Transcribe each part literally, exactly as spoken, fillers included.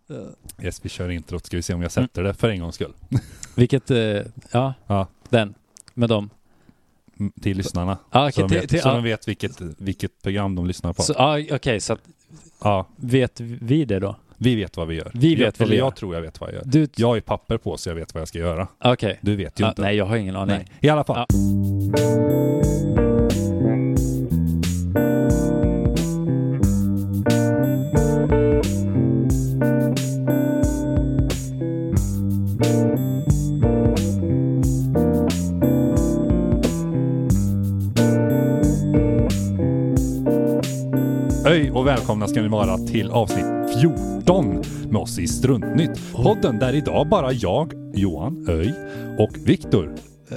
Yes, vi kör introt. Ska vi se om jag sätter det för en gångs skull. Vilket, eh, ja, Ja. den, med dem. Mm, Till lyssnarna. Ah, okay, så de till, vet, till, så ja. de vet vilket, vilket program de lyssnar på. Så, ah, Okej, okay, så att, ja. vet vi det då? Vi vet vad vi gör. Vi vet jag, vad eller vi gör. jag tror jag vet vad jag gör. Du... Jag har ju papper på så jag vet vad jag ska göra. Okej. Okay. Du vet ju ah, inte. Nej, jag har ingen aning. Nej. I alla fall. Ja. Hej och välkomna ska ni vara till avsnitt fjorton med oss i Struntnytt. Podden där idag bara jag, Johan, Öj och Viktor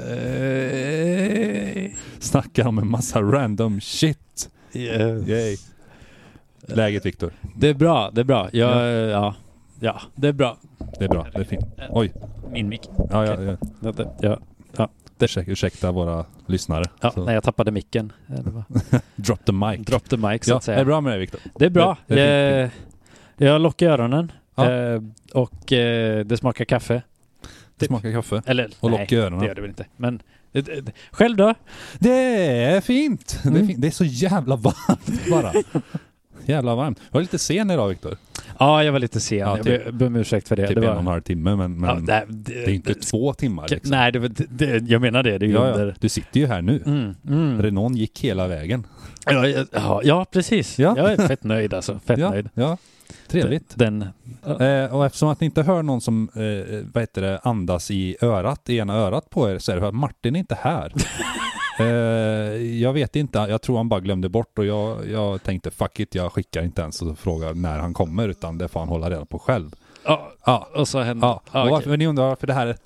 Uh... snackar om en massa random shit. Yes. Yay. Läget, Viktor? Det är bra, det är bra. Jag, Ja. ja. ja, det är bra. Det är bra, det är fint. Oj. Min mick. Ja, ja, ja. Ja, ja. Ursäkta, ursäkta våra lyssnare. Ja, Så. nej, jag tappade micken. Det var... Drop the mic. Drop the mic, så Ja, att säga. är det bra med dig, Viktor? Det är bra. Det, det är jag, jag lockar öronen. Ja. Eh, och eh, det smakar kaffe. Det smakar kaffe. Eller, Och nej, lock i öronen. det gör det väl inte. Men eh, eh, själv då? Det är fint. Mm. Det, är fint. Det är så jävla varmt bara. Jävla varmt. Jag var lite sen idag, Viktor. Ja, jag var lite sen. Ja, jag typ- ber, ber om ursäkt för det. Typ det var... en och en halv timme, men, men ja, det, det är inte två timmar. Liksom. Nej, det, var- det, det, jag menar det. Det är ju Ja, under... ja. Du sitter ju här nu. Mm, mm. Renault gick hela vägen. Ja, ja, ja, ja, precis. Ja. Jag är fett nöjd alltså. Fett Ja, nöjd. ja. Trevligt. Den... Eh, och eftersom att ni inte hör någon som eh, vad heter det, andas i örat, i ena örat på er, så är det för att Martin är inte här. eh, jag vet inte, jag tror han bara glömde bort och jag, jag tänkte fuck it, jag skickar inte ens och frågar när han kommer, utan det får han hålla reda på själv. Ja, Ja, och så hände... ja. Ja, Och okej. varför, ni undrar varför det här är...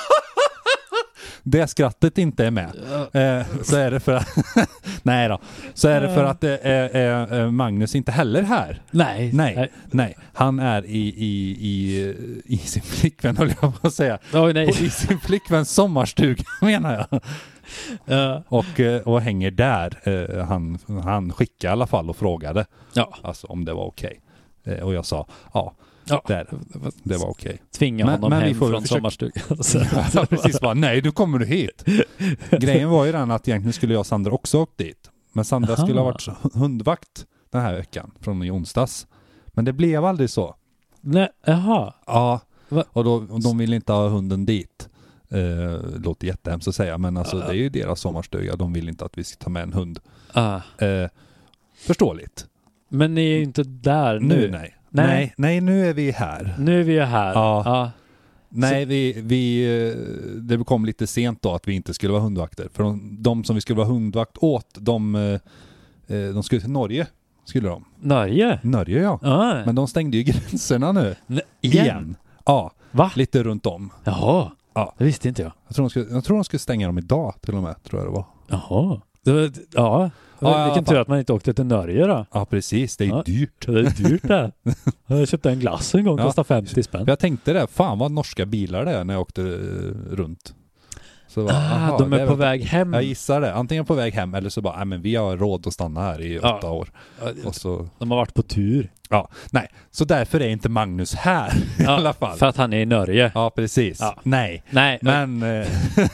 det skrattet inte är med. Eh, så är det för att nej då. Så är det för att det är, är, är Magnus inte heller här. Nej. Nej, nej. Han är i, i, i, i sin flickvän, höll jag på att säga. Oj, nej. I sin flickväns sommarstuga, menar jag. Ja. Och, eh, och hänger där. Eh, Han, han skickade i alla fall och frågade Ja. alltså, om det var okej. Eh, Och jag sa, ja, Ja. det, det var okej. Tvinga Men- honom men vi hem får från försöka- sommarstugan. Så- Ja, precis, bara, nej, du kommer du hit. Grejen var ju den att egentligen skulle jag och Sandra också åkt dit. Men Sandra Aha. skulle ha varit hundvakt den här veckan, från i onsdags. Men det blev aldrig så. Nej, jaha. Ja, Va? och, då, och de vill inte ha hunden dit. Eh, låter jättehemskt att säga, men alltså, det är ju deras sommarstuga. De vill inte att vi ska ta med en hund. Ah. Eh, förståeligt. Men ni är ju inte där nu. Nu, nej. Nej. nej. Nej, nu är vi här. Nu är vi ju här. Ja. Ja. Nej, vi, vi, eh, det kom lite sent då att vi inte skulle vara hundvakter. För de, de som vi skulle vara hundvakt åt, de, eh, de skulle till Norge. Skulle de. Norge? Norge, ja. Ah. Men de stängde ju gränserna nu. Ne- Igen. Ja, Va? lite runt om. Jaha. Ja. Det visste inte jag. Jag tror, de skulle, jag tror de skulle stänga dem idag till och med, tror jag det var. Jaha. Det var, ja. Ja, Vilken ja, tur fan. att man inte åkte till Norge då. Ja, precis. Det är Ja. dyrt. Det är dyrt det. Jag köpte en glass en gång, Ja. kostade femtio spänn. För jag tänkte det, fan vad norska bilar det är när jag åkte eh, runt. Så bara, Ah, aha, de det är på väl- väg hem. Jag gissar det. Antingen på väg hem eller så bara, nej men vi har råd att stanna här i Ja. åtta år. Och så, De har varit på tur. ja, nej. Så därför är inte Magnus här i Ja, alla fall. För att han är i Norge. Ja, precis. Ja. Nej. Nej, Men... eh,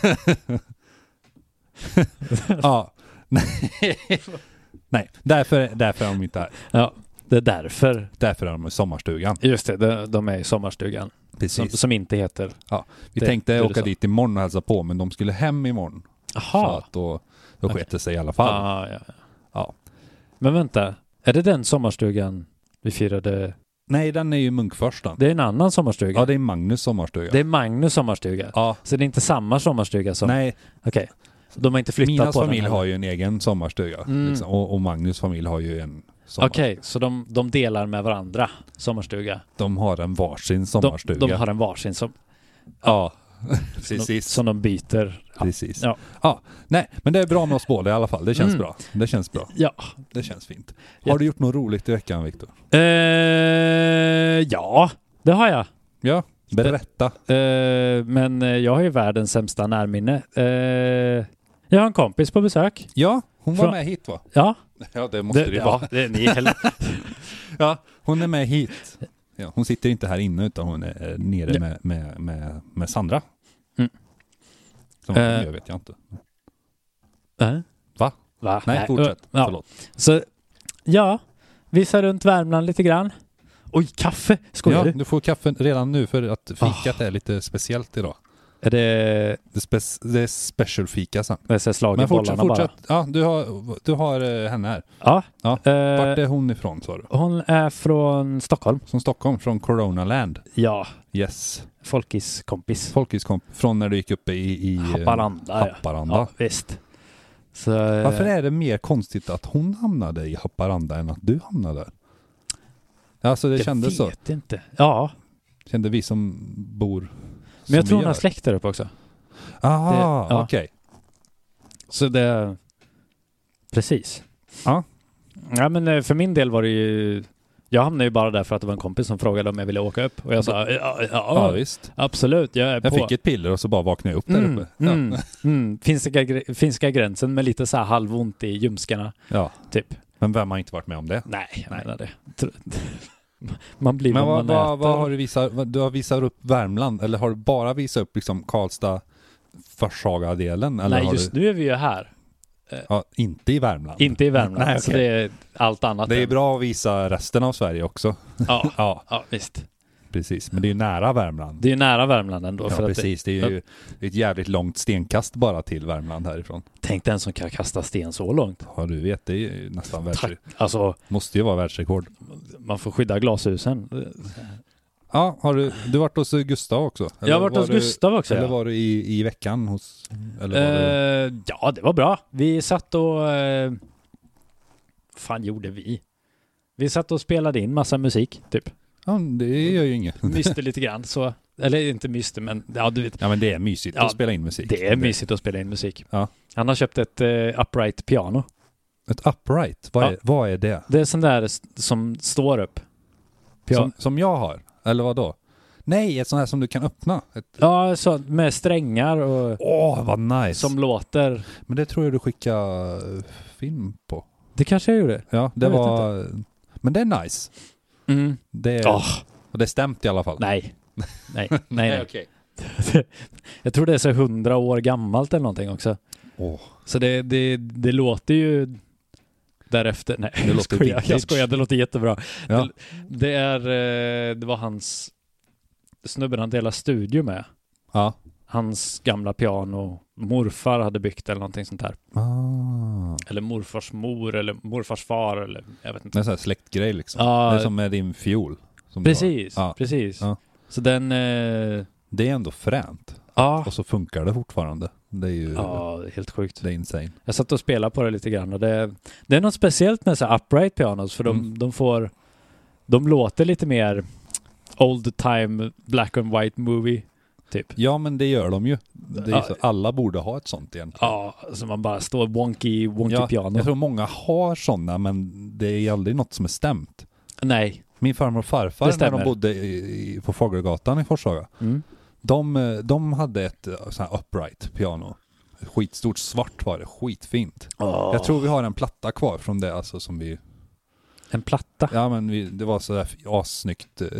ja. Nej. Nej, därför, därför är de inte här. ja, det är därför. Därför är de i sommarstugan. Just det, de, de är i sommarstugan. Som, Precis. som inte heter... Vi det- tänkte det är åka så. dit imorgon och hälsa på, men de skulle hem imorgon. Så Jaha. att då, då sket det sig i alla fall. Ah, ja. Ja. Men vänta, är det den sommarstugan vi firade? Nej, den är ju Munkförstan. Det är en annan sommarstuga. Ja, det är Magnus sommarstuga. Det är Magnus sommarstuga. Ja. Så det är inte samma sommarstuga som... Nej, Okej. De har inte flyttat Minas på familj den har ju en egen sommarstuga. Mm. Liksom, och, och Magnus familj har ju en sommar. Okej, så de, de delar med varandra sommarstuga. De har en varsin De, sommarstuga. de har en varsin som, Ja, som, de, precis. som de byter. Ja. Precis. Ja. Ja. Nej, men det är bra med oss båda i alla fall. Det känns Mm. bra. Det känns bra. Ja. Det känns fint. Ja. Har du gjort något roligt i veckan, Viktor? Eh, ja, det har jag. Ja, berätta. Eh, men eh, jag har ju världens sämsta närminne. Eh, jag har en kompis på besök. Ja, hon var Från- med hit va? Ja, Ja, det måste det, det, ju ja vara. det är ni heller. Ja, hon är med hit. Ja, hon sitter inte här inne utan hon är nere Ja. med, med, med, med Sandra. Mm. Som Eh. jag vet jag inte. Äh? Va? Va? Nej, fortsätt. Ja. Förlåt. Så, ja, visa runt Värmland lite grann. Oj, kaffe! Skojar Ja, du? du får kaffe redan nu för att fikat är lite speciellt idag. Är det... Det är, spe- det är special fika sen. Det är slag i Men fortsätt, bollarna fortsätt. bara. Ja, du har, du har eh, henne här. Ja. Ja. Eh, Vart är hon ifrån, sa du? hon är från Stockholm. Från Stockholm, från Corona Land. Ja, Yes. folkiskompis. Folkiskomp. Från när du gick uppe i, i Haparanda. eh, Haparanda. Ja, visst. Så, Varför är det mer konstigt att hon hamnade i Haparanda än att du hamnade där? Alltså det jag kändes så. vet inte. Ja, Kände vi som bor som men jag tror vi hon har gör. släkt där uppe också. Aha, Det- ja. okej. Så det... Precis. Ja. Ja, men eh, för min del var det ju... Jag hamnade ju bara där för att det var en kompis som frågade om jag ville åka upp. Och jag sa, ja, ja, Ja, ja visst. absolut, jag är Jag på. fick ett piller och så bara vaknade jag upp där Mm, uppe. Ja. mm, mm. Finska, gr- finska gränsen med lite så här halvont i ljumskarna, ja. typ. Men vem har inte varit med om det? Nej, jag Nej. menar det. Tr- Man blir Men vad vad, man vad, äter. vad har du visat? vad- Du har visat upp Värmland eller har du bara visat upp liksom Karlstad Forshaga-delen? Eller Nej, har just du, nu är vi ju här. ja, inte i Värmland. Inte i Värmland. Nej, Så okej. det är allt annat. Det är än- bra att visa resten av Sverige också. Ja, Ja, ja, visst. precis. Men det är ju nära Värmland. Det är ju nära Värmland ändå. Ja, för att precis. Det är ju det är ett jävligt långt stenkast bara till Värmland härifrån. det, tänk den som kan kasta sten så långt. Ja, du vet, det är ju nästan världsrekord. Alltså, Måste ju vara världsrekord. man får skydda glashusen. Ja, har du, du varit hos Gustav också? Jag har varit var hos du, Gustav också. Eller Ja. var du i, i veckan hos... Eller var du, Eh, ja, det var bra. Vi satt och... Uh, fan gjorde vi? Vi satt och spelade in massa musik, typ. ja, det gör ju inget. Myste lite grann, så... Eller inte myste, men ja, du vet. Ja, men det är mysigt Ja, att spela in musik. Det är mysigt att spela in musik. Ja. Han har köpt ett uh, upright piano. Ett upright, vad, Ja. är, vad är det? Det är sån där s- som står upp. Pia- Som, som jag har? Eller vad då? Nej, ett sånt här som du kan öppna. Ett, Ja, så med strängar och Åh, vad nice. som låter. Men det tror jag du skickade eh, film på. Det kanske jag gjorde. Ja, det Jag vet var... Men det är nice. Mm. Det är, Åh, och det är stämt i alla fall. nej. Nej, nej, nej. okej. Jag tror det är så hundra år gammalt eller någonting också. Åh, Så det, det, det låter ju därefter. Nej, Det jag låter skojar. vintage. Jag skojar, det låter jättebra. ja. Det, det är, eh, det var hans snubben han delar studio med. ja. Hans gamla piano, morfar hade byggt eller någonting sånt där. Ah. Eller morfars mor eller morfars far eller jag vet Det är inte. en sån här släktgrej liksom. Ja. Det är som med din fiol. Som du Precis, har. Ja. precis. Ja. Så den, eh, Det är ändå fränt. ja, Och så funkar det fortfarande. Det är ju ja, det är helt sjukt. det är insane. Jag satt och spelade på det lite grann och det, det är något speciellt med så här upright pianos för de, Mm. de får, de låter lite mer old time black and white movie typ. Ja, men det gör de ju. Det är ju Ja. så, alla borde ha ett sånt egentligen. Ja, så man bara står wonky, wonky Ja, piano. jag tror många har sådana, men det är aldrig något som är stämt. Nej. Min farmor och Det farfar, när stämmer. de bodde i, i, på Fågelgatan i Forshaga, Mm. de, eh, de hade ett eh, sånt här upright piano. Skitstort svart var det, skitfint. Åh, Jag tror vi har en platta kvar från det, alltså som vi... en platta. Ja, men vi, det var sådär assnyggt eh,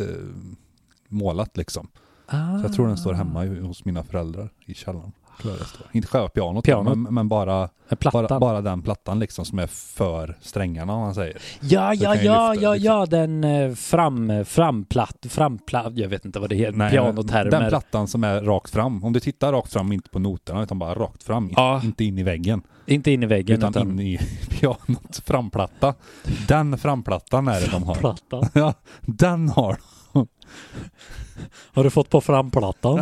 målat liksom. Ah. Så jag tror den står hemma i- hos mina föräldrar i källaren. Tror jag det står. Inte själva pianot, Pianot. Men, men bara, En platta. bara, bara den plattan liksom som är för strängarna, om man säger. Ja, Så ja, kan jag ja, lyfta, ja, liksom. ja, den eh, fram, framplatt, framplatt, jag vet inte vad det heter, Nej, pianotermer. den plattan som är rakt fram. Om du tittar rakt fram, inte på noterna, utan bara rakt fram. Ja. Inte in i väggen. Inte in i väggen. Utan, in i pianot framplatta. Den framplattan är det de har. Plattan. Ja, den har de. Har du fått på framplattan?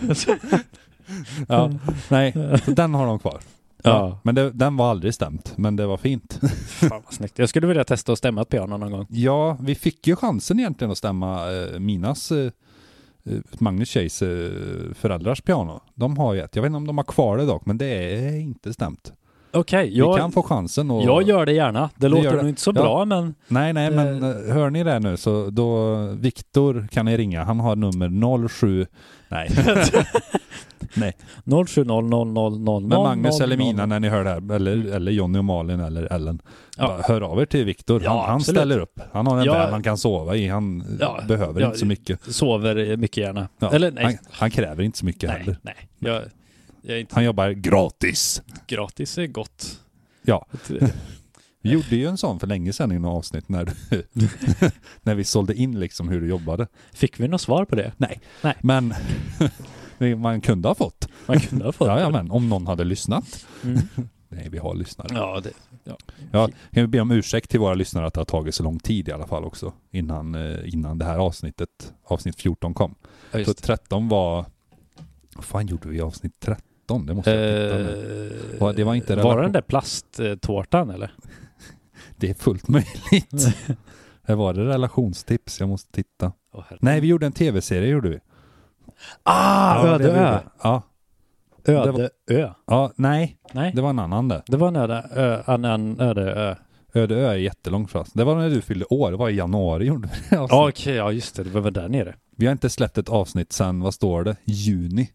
Ja, nej, så den har de kvar. Ja. Men det, den var aldrig stämt, men det var fint. Fan vad snyggt. Jag skulle vilja testa att stämma ett piano någon gång. Ja, vi fick ju chansen egentligen att stämma eh, Minas, eh, Magnus tjejs eh, föräldrars piano. De har ju ett, jag vet inte om de har kvar det dock, men det är inte stämt. Okej, Vi jag, kan få chansen. Och... jag gör det gärna. Det låter gör det. nog inte så Ja. bra, men... Nej, nej, men Eh. eh, hör ni det nu så då Viktor kan ni ringa. Han har nummer noll sju. Nej. Nej. noll sju noll noll noll noll. Men Magnus eller Mina när ni hör det här, eller, eller Jonny och Malin eller Ellen. Ja. Bara hör av er till Viktor. Ja, han, han absolut. ställer upp. Han har en Ja. värld han kan sova i. Han Ja. behöver Ja. inte så mycket. Sover mycket gärna. Ja. Eller nej. Han, han kräver inte så mycket nej, heller. nej. Jag, jag är inte Han jobbar gratis. gratis är gott. Ja. Vi gjorde ju en sån för länge sedan i något avsnitt när, du, när vi sålde in liksom hur du jobbade. Fick vi något svar på det? Nej. Nej. Men man kunde ha fått. Man kunde ha fått Ja, det. ja, men om någon hade lyssnat. Mm. Nej, vi har lyssnare. Ja, det... Ja. Ja, kan vi be om ursäkt till våra lyssnare att det har tagit så lång tid i alla fall också innan, eh, innan det här avsnittet, avsnitt fjorton kom. Ja, Så just det. tretton var... Vad fan gjorde vi i avsnitt tretton? Det måste jag titta nu. Eh, Var- det var inte var relation- det den där plasttårtan eller? Det är fullt möjligt. Det var det relationstips, jag måste titta. Oh, Nej, vi gjorde en tv-serie gjorde vi. Ah, Ja, Öde det var ö. det. Ja, det Öde ö. ja, nej, Nej, det var en annan där. det var en öde ö. En, en öde ö. Öde ö är jättelångt fast. Det var när du fyllde år, det var i januari gjorde vi det Ja, avsnitt. okej, ja just det. Det var väl där nere. Vi har inte släppt ett avsnitt sen, vad står det? Juni.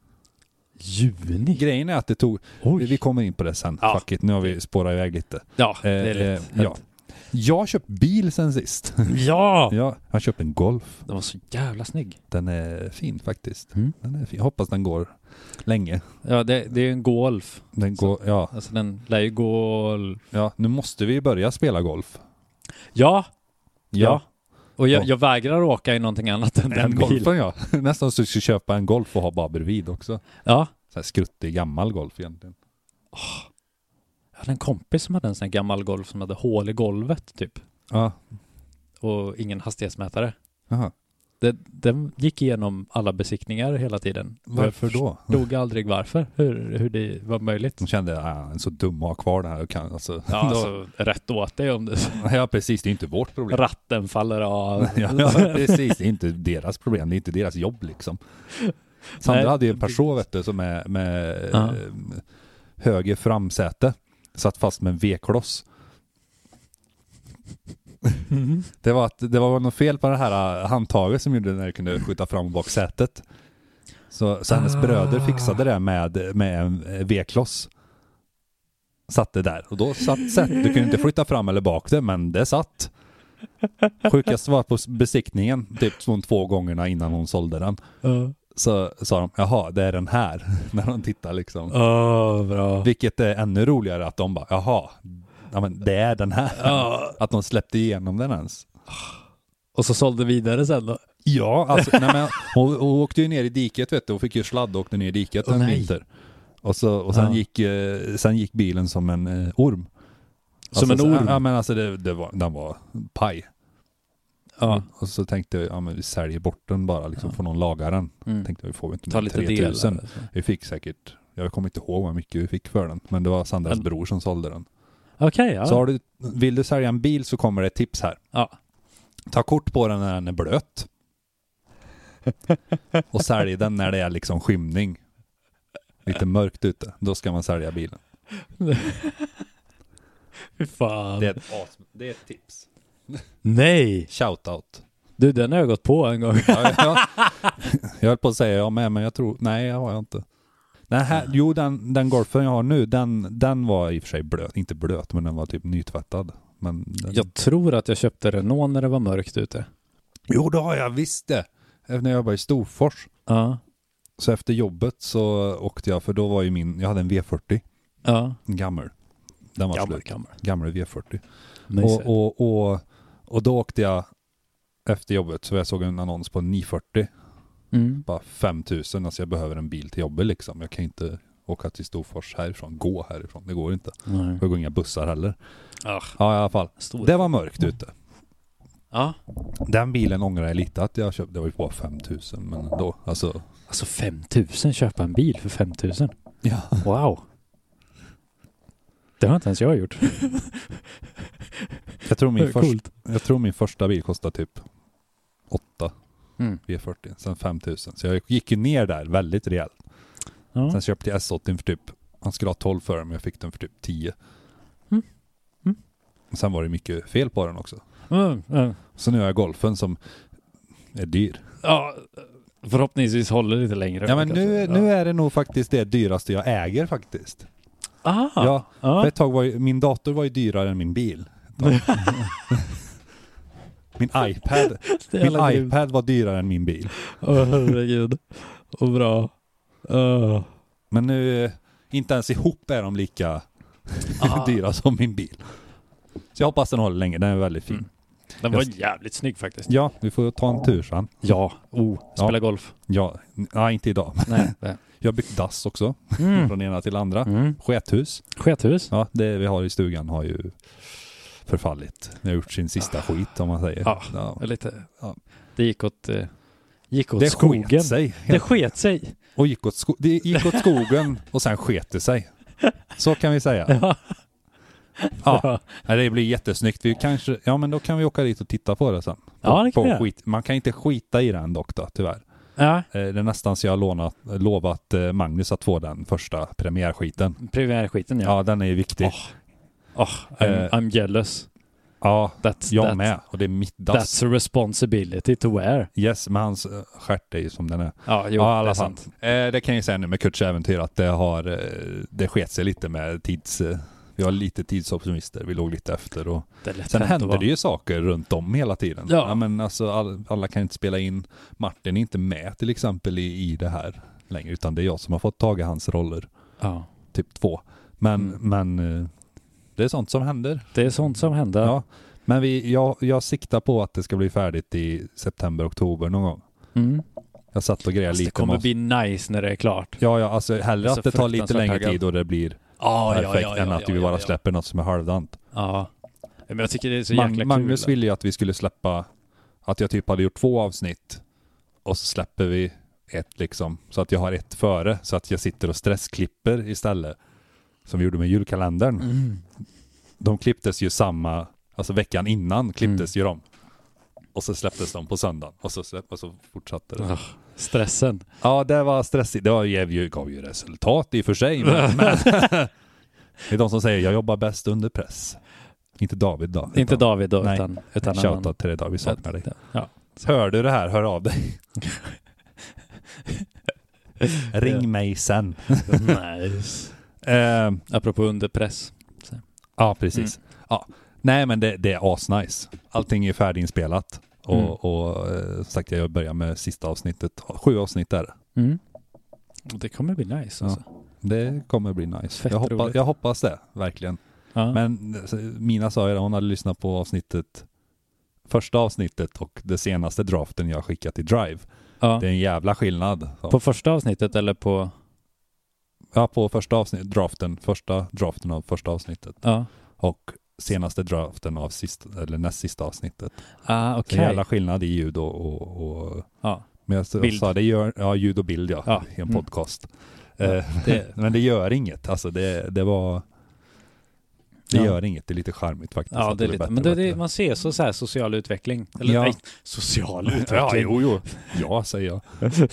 Juni? Grejen är att det tog, Oj. vi kommer in på det sen. Ja. Fuck it, nu har vi spårat iväg lite. Ja, det är Eh, lätt. eh, ja. Jag har köpt bil sen sist. Ja! Ja, jag har köpt en Golf. Den var så jävla snygg. Den är fin faktiskt. Mm. Den är fin. Jag hoppas den går länge. Ja, det, det är en golf. Den Så- går, ja, Alltså den lär ju golf. ja, nu måste vi börja spela golf. Ja! Ja. Och jag, Ja. jag vägrar åka i någonting annat än den Den bilen. golfen, ja. Nästan så ska köpa en Golf och ha bara bredvid också. Ja. Så här skruttig gammal Golf egentligen. Jag hade en kompis som hade en sån här gammal golf som hade hål i golvet typ. Ja, Och ingen hastighetsmätare. jaha. Det, den gick igenom alla besiktningar hela tiden. Varför då? Jag förstod aldrig varför. Hur, hur det var möjligt. De kände att ah, en så dum att ha kvar det här. Och kan, alltså, Ja, då, alltså, rätt åt det om det ja, precis. Det är inte vårt problem. ratten faller av. Ja, ja, precis. Det är inte deras problem. Det är inte deras jobb liksom. Sandra Nej. hade ju en Peugeot vet du, som är med Ja. eh, höger framsäte. Satt fast med en V-kloss. Mm. Det var, att, det var något fel på det här handtaget som gjorde när du kunde skjuta fram och bak sätet. Så, så hennes Ah. bröder fixade det med, med en V-kloss. Satte där. Och då satt sätt. Du kunde inte flytta fram eller bak det, men det satt. Sjukast var på besiktningen, typ två, två gångerna innan hon sålde den. Ja. Så sa de, jaha, det är den här. När de tittar liksom. Åh, bra. Vilket är ännu roligare att de bara, jaha, ja, men det är den här. Ja. Att de släppte igenom den ens. Och så sålde vidare sen då. Ja, alltså, nej, men hon, hon åkte ju ner i diket vet du, och fick ju sladd och åkte ner i diket Åh, en nej. vinter. Och, så, och sen, Ja. gick, eh, sen gick bilen som en eh, orm. Som alltså, en så- orm? Ja, men alltså det, det var, den var paj. Ja. Och så tänkte jag, ja men vi säljer bort den bara liksom, Ja. får någon laga den. Mm. Tänkte vi får vi inte Ta mer lite tre tusen. delar. Vi fick säkert, jag kommer inte ihåg vad mycket vi fick för den. Men det var Sandras Men- bror som sålde den. Okej, ja. Så har du, vill du sälja en bil så kommer det ett tips här. Ja. Ta kort på den när den är blöt. Och sälj den när det är liksom skymning. Lite mörkt ute. Då ska man sälja bilen. Fy fan. Det är ett, as, det är ett tips. Nej! Shoutout. Du, den har jag gått på en gång. Ja, ja. Jag höll på att säga ja med, men jag tror, nej jag har jag inte. Den här, jo, den, den golfen jag har nu, den, den var i och för sig blöt. Inte blöt, men den var typ nytvättad. Men den, Jag tror att jag köpte Renault när det var mörkt ute. Jo, det har jag visst det. När jag jobbade i Storfors. Ja. Så efter jobbet så åkte jag, för då var ju min, jag hade en V fyrtio. Ja. En gammal. Den var Gammal, slut. gammal. Gammal V fyrtio. Nice. Och, och, och, och då åkte jag efter jobbet, så jag såg en annons på en nio fyrtio. Mm. Bara fem tusen, alltså jag behöver en bil till jobbet liksom. Jag kan inte åka till Storfors härifrån, gå härifrån. Det går inte. Nej. Det går inga bussar heller. Ah, Ja, i alla fall. stor. Det var mörkt ute. Ja. Den bilen ångrar jag lite att jag köpte. Det var ju bara fem tusen, men då, alltså. Alltså fem tusen, köpa en bil för fem tusen. Ja. Wow. Det har inte ens jag gjort. Jag tror min, först, Coolt. jag tror min första bil kostade typ åtta Mm. V fyrtio, sen fem tusen. Så jag gick ju ner där väldigt rejält. Ja. Sen köpte jag S åttio för typ Han skulle ha tolv för den, men jag fick den för typ tio. Mm. Mm. Sen var det mycket fel på den också. Mm. Mm. Så nu har jag golfen som är dyr. Ja, förhoppningsvis håller lite längre. Ja, men nu, ja. nu är det nog faktiskt det dyraste jag äger faktiskt. Aha. Ja, Ja. för ett tag var ju, min dator var ju dyrare än min bil. Min iPad min iPad var dyrare än min bil. Åh, oh, herregud. Och bra. Uh. Men nu, inte ens ihop är de lika Ah. dyra som min bil. Så jag hoppas den håller länge, den är väldigt fin. Mm. Den var jag... jävligt snygg faktiskt. Ja, vi får ta en tur sen. Ja, oh, spela ja. golf. Ja, nej, inte idag. Nej, nej. Jag har byggt dass också, mm. från ena till andra. Mm. Skethus. Skethus? Ja, det vi har i stugan har ju förfallit. Det har gjort sin sista skit, om man säger. Ja, ja. lite. Ja. Det gick åt, eh, gick åt det skogen. Sket sig. Det sket sig. Och gick åt, sko- det gick åt skogen och sen sket det sig. Så kan vi säga. Ja. Ja, ja. Det blir jättesnyggt. Vi kanske, ja, men då kan vi åka dit och titta på det sen. På, Ja, det kan på skit. Man kan inte skita i den dock då, tyvärr. Ja. Det är nästan så jag har lånat, lovat Magnus att få den första premiärskiten. Premiärskiten, ja. Ja, den är ju viktig. Oh, oh, I'm, I'm jealous. Ja, that's, jag that's, med. Och det är mitt dass. That's a responsibility to wear. Yes, men hans stjärt är ju som den är. Ja, jo, ja, det är sant. Eh, det kan jag säga nu med Kurts äventyr att det har eh, det sket sig lite med tids... Eh, vi har lite tidsoptimister. Vi låg lite efter och sen händer det ju saker runt om hela tiden. Ja. Ja, men alltså all, alla kan inte spela in. Martin är inte med till exempel i, i det här längre, utan det är jag som har fått taga hans roller. Ja. Typ två. Men, mm. men eh, det är sånt som händer. Det är sånt som händer. Ja. Men vi, jag, jag siktar på att det ska bli färdigt i september, oktober någon gång. Mm. Jag satt och grejade lite. Det kommer bli nice när det är klart. Ja, ja, alltså hellre alltså, att det tar lite längre taggad. tid och det blir ah, perfekt ja, ja, ja, än att ja, vi bara ja, ja. släpper något som är halvdant. Ja. Men jag tycker det är så Mag- jäkla Magnus kul. ville ju att vi skulle släppa, att jag typ hade gjort två avsnitt och så släpper vi ett liksom, så att jag har ett före, så att jag sitter och stressklipper istället, som vi gjorde med julkalendern. Mm. De klipptes ju samma, alltså veckan innan klipptes mm. ju de. Och så släpptes de på söndagen. Och så, släpp, och så fortsatte det. Oh, stressen. Ja, det var stressigt. Det var, ju, gav ju resultat i och för sig. Men, men det är de som säger, jag jobbar bäst under press. Inte David då. Inte utan, David då, nej. utan, utan shoutout annan. Till dig David, vi saknar dig. Ja. Hör du det här, hör av dig. Ring mig sen. Nice. uh, Apropå under press. Så. Ja, precis. Mm. Ja. Nej, men det, det är asnice. Allting är färdiginspelat. Och, mm. och eh, sagt, jag börjar med sista avsnittet. Sju avsnitt där. Mm. Det kommer bli nice alltså. Ja, det kommer bli nice. Jag, hoppa, roligt. jag hoppas det, verkligen. Ja. Men Mina sa ju att hon hade lyssnat på avsnittet, första avsnittet och det senaste draften jag skickat i Drive. Ja. Det är en jävla skillnad. Så. På första avsnittet eller på? Ja, på första avsnittet, draften, första draften av första avsnittet. Ja. Och senaste draften av sista, eller näst sista avsnittet. Ah, okej. Okay. Jävla skillnad i ljud och... och, och ja. Men jag, jag sa, det gör... Ja, ljud och bild, ja. ja. I en mm. podcast. Ja, eh, det. Men det gör inget. Alltså, det, det var... Det ja. gör inget. Det är lite charmigt faktiskt. Ja, det är lite. Bättre, men det, det, man ser så, så här social utveckling. Eller ja. nej, social utveckling. Ja, jo, jo. Ja, säger jag.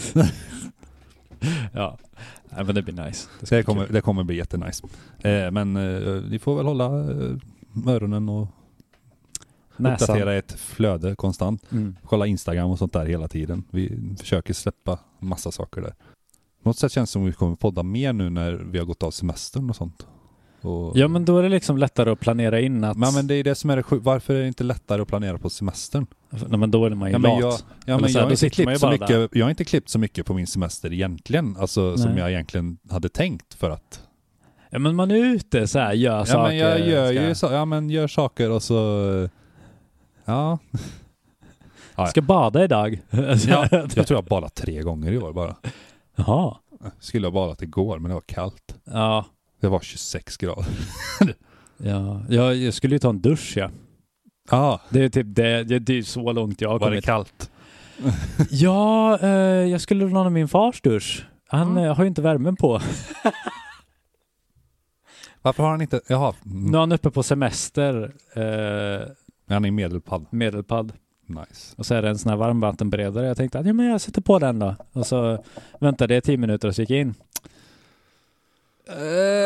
Ja. Nej, men det blir nice. Det, det, kommer, det kommer bli jättenice. Eh, men eh, vi får väl hålla eh, öronen och näsan. Uppdatera ett flöde konstant. Mm. Kolla Instagram och sånt där hela tiden. Vi försöker släppa massa saker där. På något sätt känns det som att vi kommer podda mer nu när vi har gått av semestern och sånt. Och... Ja, men då är det liksom lättare att planera in att... Men, men det är det som är det sjuk... Varför är det inte lättare att planera på semestern? Nej, men då är man ju ja, lat. Jag, ja, men jag, har inte klippt så mycket, jag har inte klippt så mycket på min semester egentligen. Alltså som jag egentligen hade tänkt för att... Ja, men man är ute så här, gör ja, saker. Men jag gör ska... ju så, ja, men gör saker och så... Ja. ja. Ska bada idag. Ja, jag tror jag badat tre gånger i år bara. Jaha. Skulle ha badat igår, men det var kallt. Ja. Det var tjugosex grader. Ja, jag, jag skulle ju ta en dusch, ja. Ja. Det är typ det, det, det är så långt jag har var kommit. Det kallt? Ja, eh, jag skulle låna min fars dusch. Han mm. eh, har ju inte värmen på. Varför har han inte? Jaha. Mm. Nu är han uppe på semester. Eh, han är medelpadd. Medelpadd. Nice. Och så är det en sån här varmvattenberedare. Jag tänkte att ja, men jag sätter på den då. Och så väntade jag tio minuter och så gick jag in. Uh,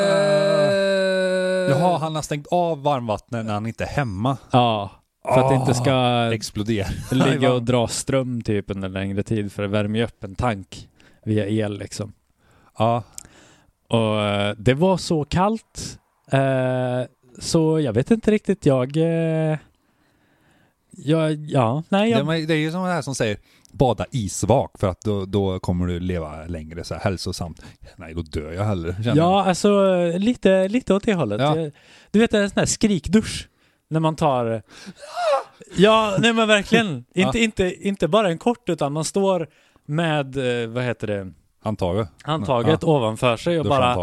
Jaha, han har stängt av varmvattnet när han inte är hemma. Ja, för att det inte ska explodera. ligga och dra ström typ under längre tid, för att värma upp en tank via el liksom. Ja. Och uh, det var så kallt. Uh, så jag vet inte riktigt. Jag... Uh, jag ja, nej. Jag... Det, det är ju som det här som säger bada isvak för att då, då kommer du leva längre så här hälsosamt. Nej, då dör jag hellre. Ja, jag. alltså lite, lite åt det hållet. Ja. Jag, du vet, en sån här skrikdusch. När man tar... Ja, nej men verkligen. Ja. Inte, inte, inte bara en kort, utan man står med, vad heter det? Handtaget. Handtaget ja. ovanför sig och bara...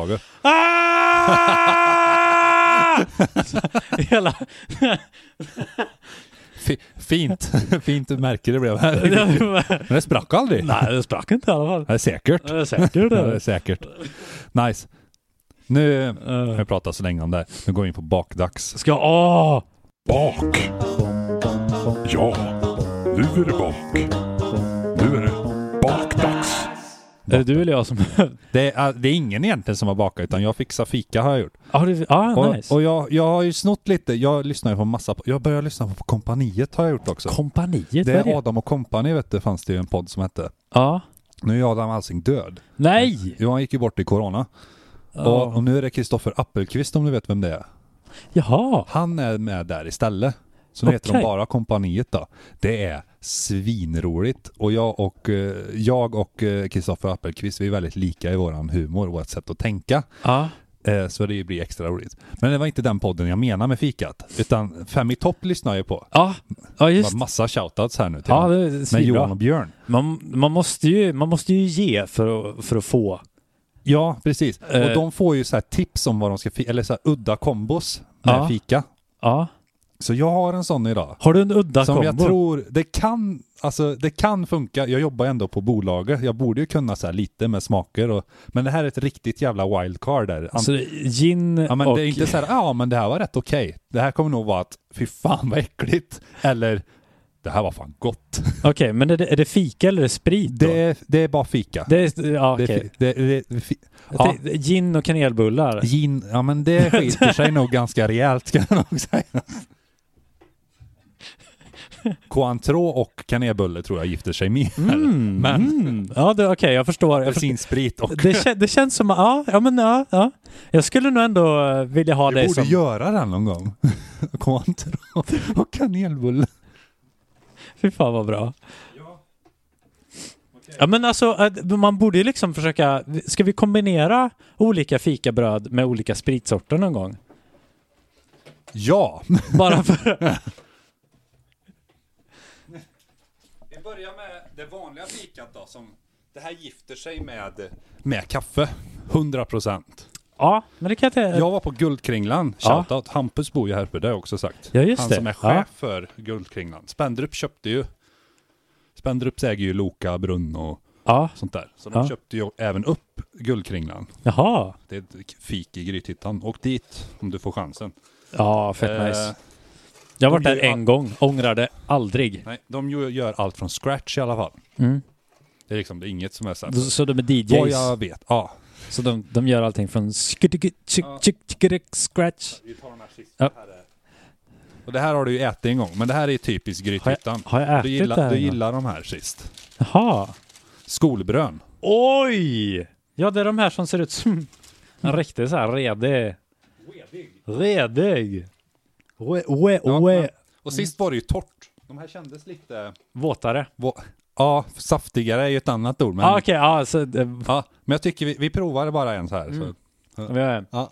Hela... Fint. Fint märke det blev här. Men det sprack aldrig. Nej, det sprack inte i alla fall. Det är säkert. Det är säkert. Det. Det är säkert. Nice. Nu har jag pratat så länge om det här. Nu går vi in på bakdags. Ska åh! Bak. Ja, nu är det bak. Nu är det bakdags. Är det du eller jag som... det, är, det är ingen egentligen som har bakat, utan jag fixar fika har jag gjort. Ah, det, ah, och nice. och jag, jag har ju snott lite. Jag lyssnar ju på massa... Jag börjar lyssna på Kompaniet har jag gjort också. Kompaniet? Det är det? Adam och Kompani, vet du, fanns det ju en podd som hette. Ja. Nu är Adam Alsing död. Nej! Jo, han gick ju bort i corona. Oh. Och, och nu är det Kristoffer Appelqvist, om du vet vem det är. Jaha. Han är med där istället. Så nu okay. heter de bara Kompaniet då. Det är svinroligt. Och jag och jag och Kristoffer Appelqvist, vi är väldigt lika i våran humor och vårt sätt att tänka. Ja. Eh, så det blir extra roligt. Men det var inte den podden jag menar med fikat. Utan Fem i topp lyssnar jag på. Ja, ja just. Det var massa shoutouts här nu till ja, det är med Johan och Björn. Man, man, måste ju, man måste ju ge för att, för att få. Ja, precis. Eh. Och de får ju så här tips om vad de ska fika. Eller så här udda kombos med ja. fika. Ja. Så jag har en sån idag. Har du en udda som kombo? Jag tror, det kan, alltså det kan funka. Jag jobbar ändå på bolaget. Jag borde ju kunna så här lite med smaker. Och, men det här är ett riktigt jävla wildcard där. Alltså gin ja, men och... det är inte så här, ja men det här var rätt okej. Okay. Det här kommer nog vara att, fy fan vad äckligt. Eller, det här var fan gott. Okej, okay, men är det, är det fika eller är det sprit då? Det är, det är bara fika. Det är, ja okej. Okay. Det, det, det, fi, ja. Gin och kanelbullar. Gin, ja men det skiter sig nog ganska rejält, ska jag nog säga. Cointreau och kanelbulle tror jag gifter sig mer. Mm, men mm. Ja, okej, okay, jag förstår. Jag sin sprit och det, det känns som ja, ja men ja, ja. Jag skulle nog ändå vilja ha det som... Du borde göra den någon gång. Cointreau och kanelbulle. Fy fan vad bra. Ja. Okay. Ja men alltså man borde ju liksom försöka, ska vi kombinera olika fikabröd med olika spritsorter någon gång? Ja. Bara för Vi börjar med det vanliga fikat då, som det här gifter sig med med kaffe, hundra procent. Ja, men det kan jag inte... Jag var på Guldkringlan, shoutout, ja. Hampus bor ju här uppe, det har jag också sagt. Ja, just Han det. som är chef ja. för Guldkringlan. Spendrup köpte ju, Spendrup äger ju Loka, Brunn och ja. sånt där. Så de ja. köpte ju även upp Guldkringlan. Jaha. Det är ett fik i Grythyttan. Åk dit om du får chansen. Ja, fett eh, nice. Jag har varit där en all... gång, ångrade aldrig. Nej, de gör allt från scratch i alla fall. Mm. Det är liksom, det är inget som är så här. Så, så de är D Js? Vad jag vet, ja. Så de, de gör allting från scratch. Vi tar den här sist. Ja. Här är... Och det här har du ju ätit en gång, men det här är typiskt Grythyttan. Har jag, har jag ätit du gillar, det här? Du gillar de här sist. Jaha. Skolbrön. Oj! Ja, det är de här som ser ut som en riktig så här redig. Redig. Redig. We, we, ja, we. Och sist var det ju torrt. De här kändes lite... Våtare. Vå... Ja, saftigare är ju ett annat ord. Men... Ah, okej. Okay, ja, så... ja, men jag tycker vi, vi provar bara en så här. Mm. Så. Ja. Ja.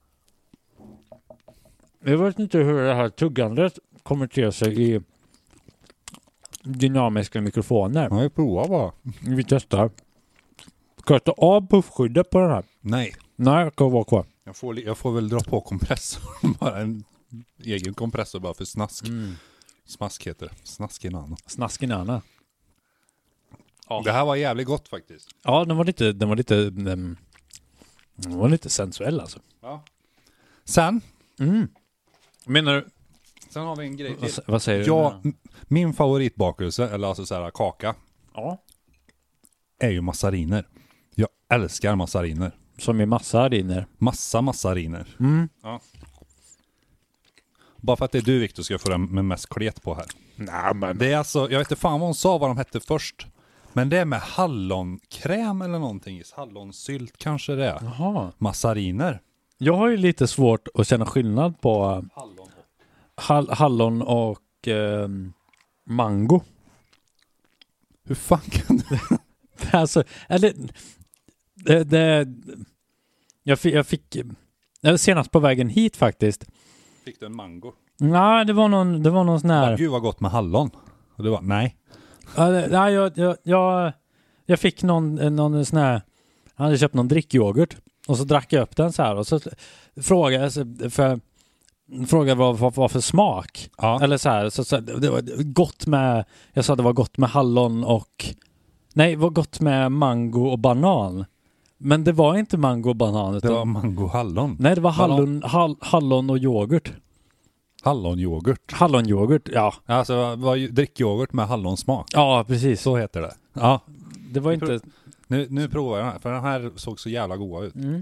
Jag vet inte hur det här tuggandet kommer till sig i dynamiska mikrofoner. Ja, vi provar bara. Vi testar. Ska jag ta av puffskyddet på den här? Nej. Nej, jag kan vara kvar. Jag får, jag får väl dra på kompressorn. Bara en egen kompressor bara för snask. Mm. Smask heter det. Snaskinana. Snaskinana. Ja. Det här var jävligt gott faktiskt. Ja, den var lite, den var lite, den, den var lite sensuell alltså. Ja. Sen. Mm. Menar du? Sen har vi en grej till. Vad, vad säger du? Ja, min favoritbakelse, eller alltså så här kaka. Ja. Är ju massariner. Jag älskar massariner. Som är massardiner. Massa massariner. Mm. Ja. Bara för att det är du, Victor, ska få den med mest klet på här. Nej, men... Det är alltså, jag vet inte fan vad hon sa vad de hette först. Men det är med hallonkräm eller någonting. Hallonsylt kanske det är. Jaha. Massariner. Jag har ju lite svårt att känna skillnad på Hallon. hall- hallon och eh, mango. Hur fan kan du? Alltså, eller... Det, det, jag fick... Jag fick eller senast på vägen hit faktiskt. Fick du en mango? Nej, det var någon, det var någon sån här... Gud vad gott med hallon. Och det var, nej. Ja, det- nej, jag, jag, jag, jag fick någon, någon sån här... Jag hade köpt någon drickyoghurt. Och så drack jag upp den så här. Och så frågade jag för... Frågade vad vad vad för smak. Ja. Eller så här. Så, så, det var gott med... Jag sa det var gott med hallon och... Nej, det var gott med mango och banan. Men det var inte mango och banan. Det Utan, var mango hallon. nej, det var Banan. hallon, hall, hallon och yoghurt. Hallonyoghurt. Hallonyoghurt, ja. Alltså var ju drickyoghurt med hallonsmak. Ja, precis. Så heter det. Ja. Det var inte... Nu, nu provar jag den här. För den här såg så jävla goda ut. Mm.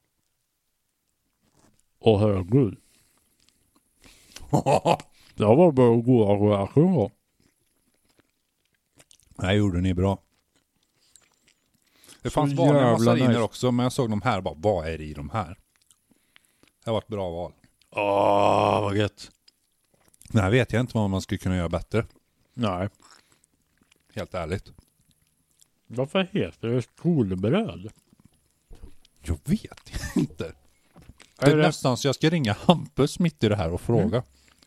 Åh, herregud. Det var bara goda reaktioner. Det här gjorde ni bra. Det Så fanns vanliga jävla massariner nice. också. Men jag såg de här bara, vad är det i de här? Det var ett bra val. Åh, vad gött. Det här vet jag inte vad man skulle kunna göra bättre. Nej. Helt ärligt. Varför heter det skolbröd? Jag vet inte. Det är Är det- nästan så jag ska ringa Hampus mitt i det här och fråga.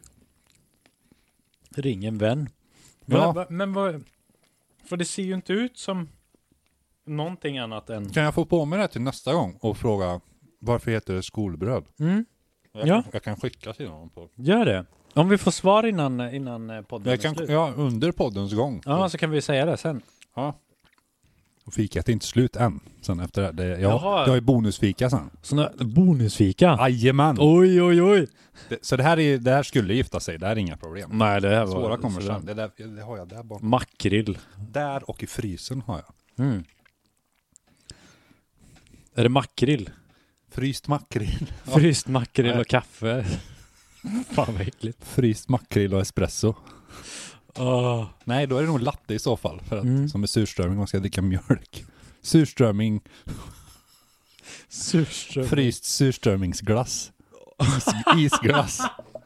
Ring en vän. Ja. Men, men vad... För det ser ju inte ut som någonting annat än... Kan jag få på mig det till nästa gång och fråga varför heter det skolbröd? Mm, Jag, Ja. jag kan skicka till honom på. gör det. Om vi får svar innan, innan eh, podden Jag är kan, slut. ja, under poddens gång. Ja, så kan vi säga det sen. Ja. Och fikat är inte slut än. Sen efter det. det jag, Jaha. jag har ju bonusfika sen. Såna bonusfika. Jajamän. Oj, oj, oj. Det, så det här, är, det här skulle gifta sig. Det här är inga problem. Nej, det här var... Svåra kommer sådär. sen. Det, där, det har jag där bak. Makrill. Där och i frysen har jag. Mm. Är det makrill? Fryst makrill. Ja. Fryst makrill Nej. och kaffe. Fan vad äckligt. Fryst makrill och espresso. Åh. Nej, då är det nog latte i så fall. För att, Mm. som är surströmming, man ska dricka mjölk. Surströmming, Surströmming. fryst surströmmingsglass. Is, isglass.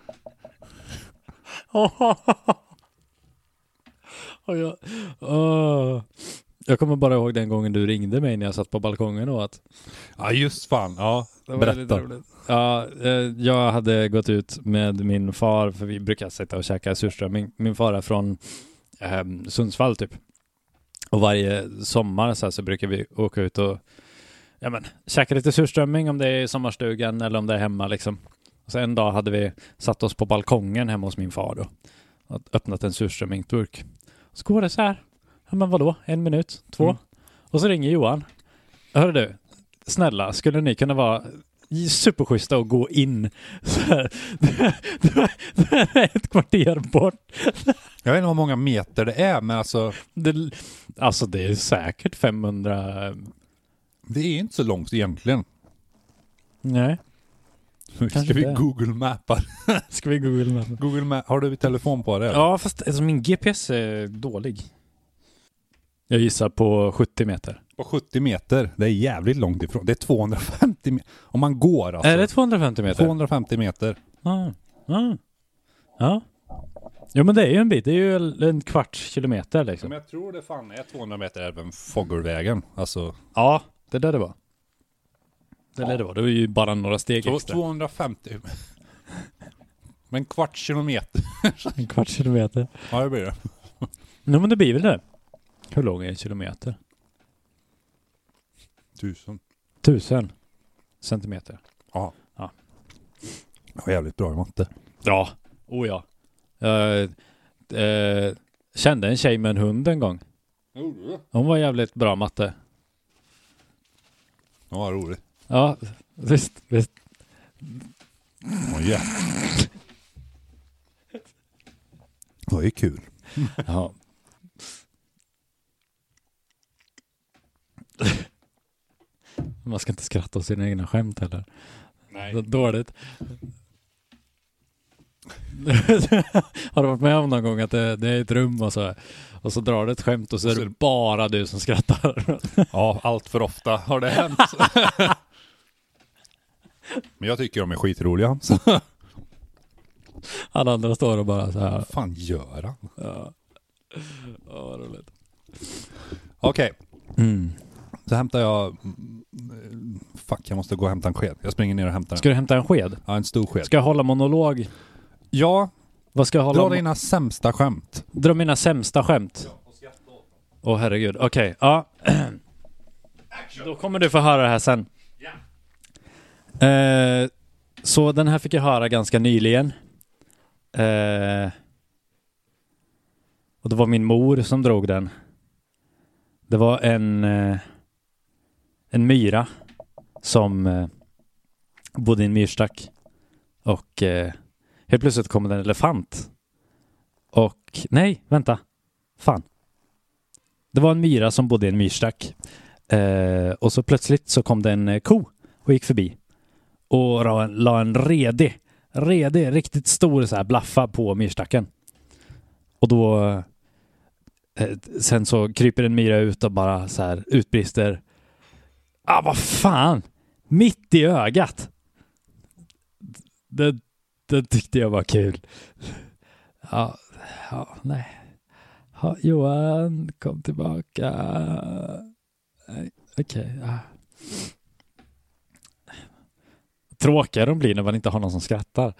Och jag, åh. jag kommer bara ihåg den gången du ringde mig när jag satt på balkongen och att Ja, just fan. Ja, det var lite berätta. roligt. Ja, eh, jag hade gått ut med min far, för vi brukar sitta och käka surströmming. Min far är från eh, Sundsvall typ. Och varje sommar så, här, så brukar vi åka ut och ja, men, käka lite surströmming om det är i sommarstugan eller om det är hemma liksom. Och så en dag hade vi satt oss på balkongen hemma hos min far då. Och öppnat en surströmmingturk. Så går det så här. Ja, men vadå? En minut? Två? Mm. Och så ringer Johan. Hör du, snälla, skulle ni kunna vara superschyssta och gå in så här, det, det, det är ett kvarter bort. Jag vet inte hur många meter det är, men alltså Det, alltså det är säkert femhundra. det är inte så långt egentligen. Nej. Ska Kanske vi det. Google Mappa? Ska vi googla med? Google Map. Har du telefon på det? Ja, fast alltså, min G P S är dålig. Jag gissar på sjuttio meter. På sjuttio meter. Det är jävligt långt ifrån. Det är tvåhundrafemtio meter. Om man går alltså. Är det tvåhundrafemtio meter? tvåhundrafemtio meter. Ja. Ja. Ja. Jo, men det är ju en bit. Det är ju en kvarts kilometer liksom. Men jag tror det fan är tvåhundra meter även Fågelvägen. Alltså. Ja, det där det var. Det där det var. Det var ju bara några steg Så extra. tvåhundrafemtio. Men kvart kilometer. En kvarts kilometer. Ja, det blir det. Nej, men det blir väl det. Hur lång är en kilometer? Tusen. Tusen centimeter. Ja. Ja. Det var jävligt bra i matte. Ja. Oh ja. Jag eh, kände en tjej med en hund en gång. Hon var jävligt bra matte. Ja, vad roligt. Ja, visst. visst. Åh, ja. Det var ju kul. Ja. Man ska inte skratta åt sina egna skämt heller. Nej. Det är dåligt. Har du varit med om någon gång att det, det är ett rum och så, och så drar du ett skämt och så är det bara du som skrattar? Ja, allt för ofta har det hänt. Men jag tycker de är skitroliga. Så. Alla andra står och bara så här. Vad fan gör han? Ja, ja vad roligt. Okej. Mm. Så hämtar jag... Fuck, jag måste gå och hämta en sked. Jag springer ner och hämtar den. Ska du hämta en sked? Ja, en stor sked. Ska jag hålla monolog? Ja, Vad ska jag hålla? dra dina sämsta skämt. Dra mina sämsta skämt. Åh oh, herregud. Okej, okay. Ja. Då kommer du få höra det här sen. Eh, så den här fick jag höra ganska nyligen. Eh, och det var min mor som drog den. Det var en eh, en myra som eh, bodde i en myrstack. Och eh, helt plötsligt kom det en elefant. Och nej, vänta. Fan. Det var en myra som bodde i en myrstack. Eh, och så plötsligt så kom det en eh, ko och gick förbi. Och la en, la en redig, redig, riktigt stor så här blaffa på myrstacken. Och då eh, sen så kryper en myra ut och bara så här utbrister. Ah, vad fan! Mitt i ögat! Det, det tyckte jag var kul. Ja, ja nej. Ja, Johan, kom tillbaka. Okej, okay, ja. Tråkigare de blir när man inte har någon som skrattar.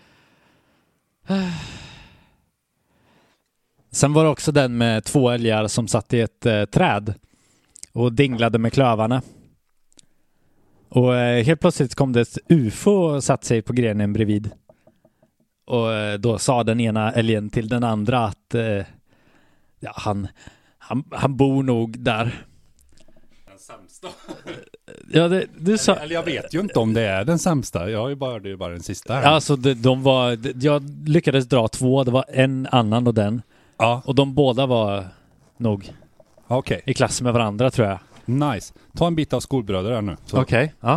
Sen var det också den med två älgar som satt i ett eh, träd och dinglade med klövarna. Och eh, helt plötsligt kom det ett U F O och satt sig på grenen bredvid. Och eh, då sa den ena älgen till den andra att eh, ja, han, han, han bor nog där. Den sämsta. Ja, det, du sa... Eller jag vet ju inte om det är den sämsta. Jag har ju bara, det är ju bara den sista här. Alltså, de, de var... Jag lyckades dra två. Det var en annan och den. Ja. Och de båda var nog Okej. i klass med varandra, tror jag. Nice. Ta en bit av skolbröder här nu. Okej, okay. Ja.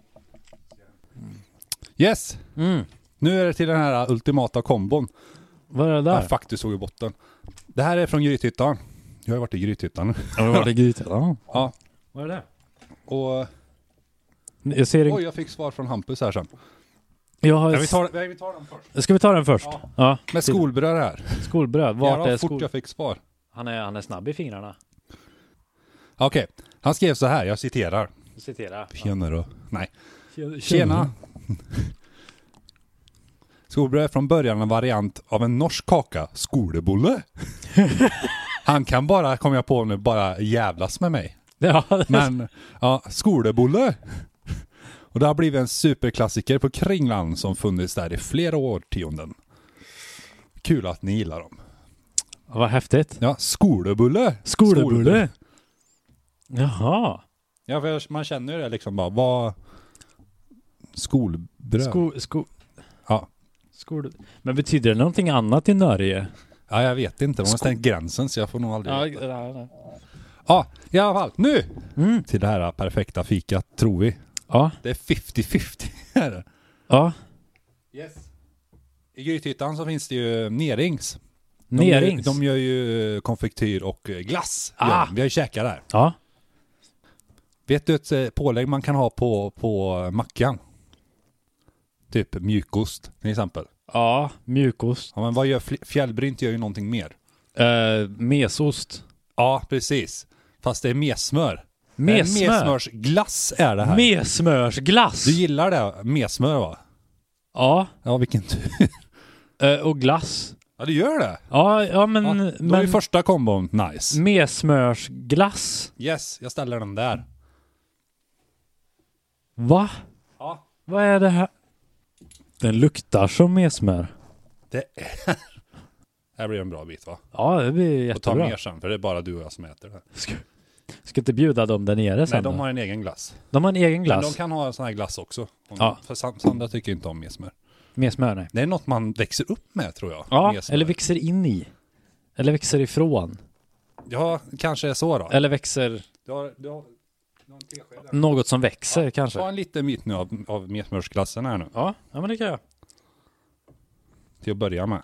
Yes. Mm. Nu är det till den här ultimata kombon. Vad är det där? Ja, fuck, du såg i botten. Det här är från Grythyttan. Jag har varit i Grythyttan. Ja, det var det Grythyttan. Ja. Vad är det? Och... Jag ser en... Oj, jag fick svar från Hampus här sen. Jag har... Ja, vi, tar, nej, vi tar den först. Ska vi ta den först? Ja. Ja. Med skolbröd här. Skolbröd. Vart Jävlar, är fort skol... jag fick svar. Han är, han är snabb i fingrarna. Okej. Okay. Han skrev så här, jag citerar. Citera. Tjena då. Nej. Tjena. Tjena. Skolbröd är från början en variant av en norsk kaka. Skolebulle. Han kan bara, kom jag på nu, bara jävlas med mig. Ja, men, ja, skolebulle. Och det har blivit en superklassiker på Kringland som funnits där i flera årtionden. Kul att ni gillar dem. Vad häftigt. Ja, skolebulle. Skolebulle. Jaha. Ja, för man känner ju det liksom bara, vad... Skolbröd. Sko... sko... Ja. Skol... Men betyder det någonting annat i Norge? Ja, jag vet inte. Man har stängt gränsen så jag får nog aldrig... Ja, veta. ja, ja. Ja, i alla fall. Nu! Mm. Till det här perfekta fikat, tror vi. Ja. Det är femtio femtio här. Ja. Yes. I Grythyttan så finns det ju Nerings. De Nerings? Gör, de gör ju konfektyr och glass. Ah. Vi har ju käkat där. Ja. Vet du ett pålägg man kan ha på, på mackan? Typ mjukost till exempel. Ja, mjukost. Ja, men vad gör Fjällbrynt gör ju någonting mer. Uh, mesost. Ja, precis. Fast det är mesmör. Mesmör? Mesmörsglass är det här. Mesmörsglass? Du gillar det? Mesmör, va? Ja. Ja, vilken tur. Uh, och glass. Ja, du gör det. Ja, ja men... Ja, då men... är första kombon nice. Mesmörsglass. Yes, jag ställer den där. Va? Ja. Vad är det här? Den luktar som mesmör. Det är... Det här blir en bra bit, va? Ja, det blir jättebra. Och ta jättebra. mer sen, för det är bara du och jag som äter det. Ska, ska inte bjuda dem där nere sen? Nej, de då? har en egen glass. De har en egen glass? Men de kan ha en sån här glass också. Ja. För Sandra tycker inte om mesmör. Mesmör, nej. Det är något man växer upp med, tror jag. Ja, mesmör. eller växer in i. Eller växer ifrån. Ja, kanske är så då. Eller växer... Du har, du har, Något som växer ja, kanske. Ta en liten bit nu av, av messmörsglassen här nu. Ja, ja, men det kan jag. Till att börja med.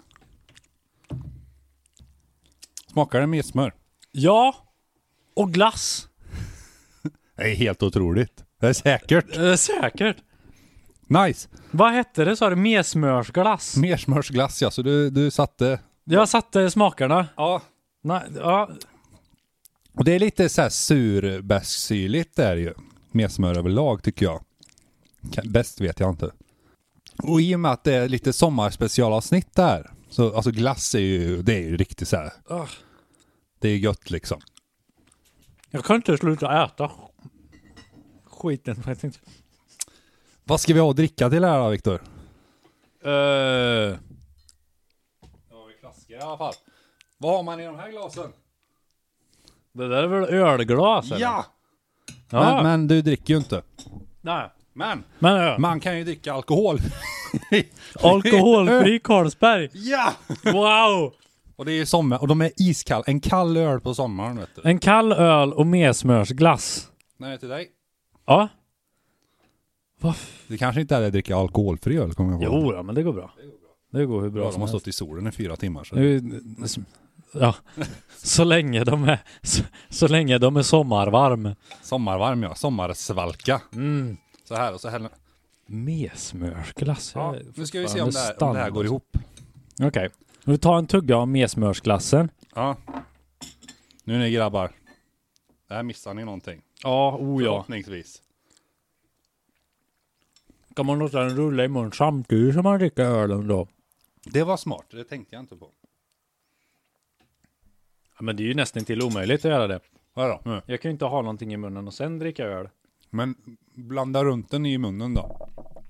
Smakar det messmör? Ja, och glass. Det är helt otroligt. Det är säkert. Eh, säkert. Nice. Vad hette det, sa du? Messmörsglass. Messmörsglass, ja. Så du, du satte... Jag satte smakerna. Ja. Nej, ja. Och det är lite så här surbäsksyrligt där ju. Messmör överlag tycker jag. Bäst vet jag inte. Och i och med att det är lite sommarspecialavsnitt där. Så alltså glass är ju, det är ju riktigt så här. Uh. Det är gött liksom. Jag kan inte sluta äta. Skiten, jag inte. Vad ska vi ha att dricka till här då, Viktor? Uh. Ja, vi flaskor i alla fall. Vad har man i de här glasen? Det där är väl ölglas eller? Ja! Ja. Men, men du dricker ju inte. Nej. Men Men ja. man kan ju dricka alkohol. Alkoholfri Carlsberg. Ja! Wow! Och det är ju sommar. Och de är iskall. En kall öl på sommaren, vet du. En kall öl och messmörsglass. Nej, till dig. Ja. Vad? Det kanske inte är att dricka alkoholfri öl, kommer jag ihåg. Jo, ja, men det går bra. Det går hur bra Ja, de som har helst. stått i solen i fyra timmar. Så. Ja, så länge de är så, så länge de är sommarvarm. Sommarvarm, ja. Sommarsvalka. Mm. Så här och så här. Messmörsglass. Ja, nu ska vi se om det här, om det här går ihop. Okej. Okay. Vi tar en tugga av messmörsglassen. Ja. Nu är ni grabbar. Det här missar ni någonting. Ja, oh ja. Förhoppningsvis. Kan man låta den rulla i mun samtidigt som man dricker ölen då? Det var smart, det tänkte jag inte på. Ja, men det är ju nästan till omöjligt att göra det. Vadå? Mm. Jag kan ju inte ha någonting i munnen och sen dricka öl. Men blanda runt den i munnen då.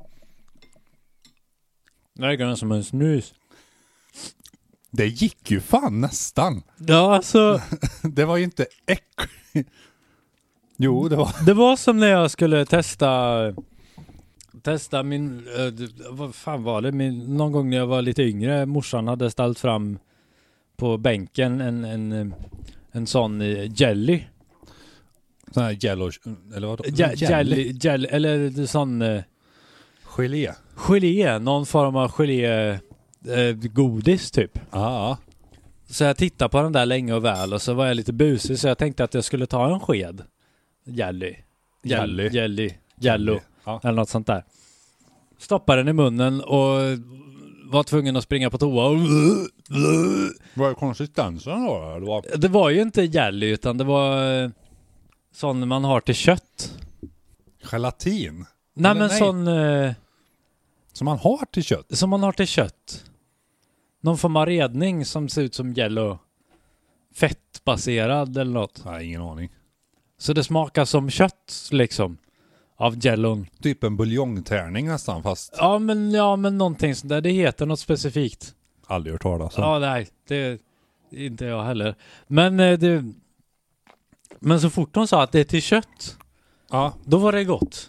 Det är ganska som en snus. Det gick ju fan nästan. Ja, alltså. Det var ju inte äckligt. Jo, det var. Det var som när jag skulle testa testa min äh, vad fan var det? Min, någon gång när jag var lite yngre, morsan hade ställt fram på bänken en en en sån jelly. Sån här jello eller vad? Ja, jelly, jelly eller sån uh, gelé. gelé, någon form av gelé uh, godis typ. Ja. Så jag tittade på den där länge och väl och så var jag lite busig så jag tänkte att jag skulle ta en sked jelly. Jelly. Jelly. Jello. Ja. Eller något sånt där. Stoppade den i munnen och var tvungen att springa på toa. Och Vad är konsistensen då? Det var, det var ju inte jelly utan det var sån man har till kött. gelatin. Nej Eller men nej. sån eh, Som man har till kött. som man har till kött. Någon form av redning som ser ut som jello. Fettbaserad eller något. Nej, ingen aning. Så det smakar som kött liksom. Av jellon. Typ en buljongtärning nästan, fast Ja men, ja men någonting sånt där. Det heter något specifikt. aldrig hört talas om. Ja nej, det är inte jag heller. Men eh, det Men så fort de sa att det är till kött, Ja. då var det gott.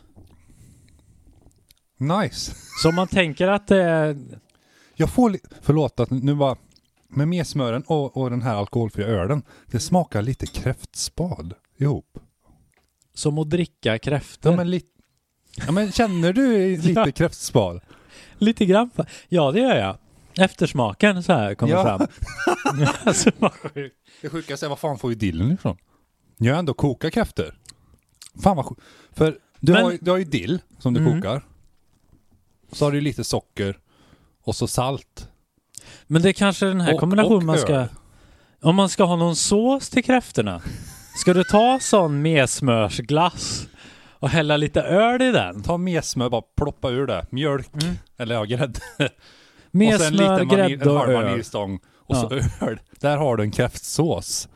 Nice. Så man tänker att det är Jag får li- förlåt att nu bara med messmören och, och den här alkoholfria ölen, det smakar lite kräftspad ihop. som att dricka kräftor. Ja men, li- ja, men känner du lite Ja. kräftspad? Lite grann. Ja, det gör jag. Eftersmaken så här kommer Ja. fram. Alltså, vad sjukt. Det sjukaste är, vad fan får ju dillen ifrån? Jag har ändå kokat kräftor. Fan vad sjukt. För du, Men- har, ju- du har ju dill som du Mm. kokar. Så har du ju lite socker och så salt. Men det är kanske den här Och- kombinationen och man ska... öl. Om man ska ha någon sås till kräftorna. Ska du ta sån messmörsglass och hälla lite öl i den? Ta messmör, bara ploppa ur det. Mjölk, Mm. eller ja, grädde. och sen en Messmör, liten vanilj, grädde en och halv öl. vaniljstång. Och så öl. Där har du en kräftsås.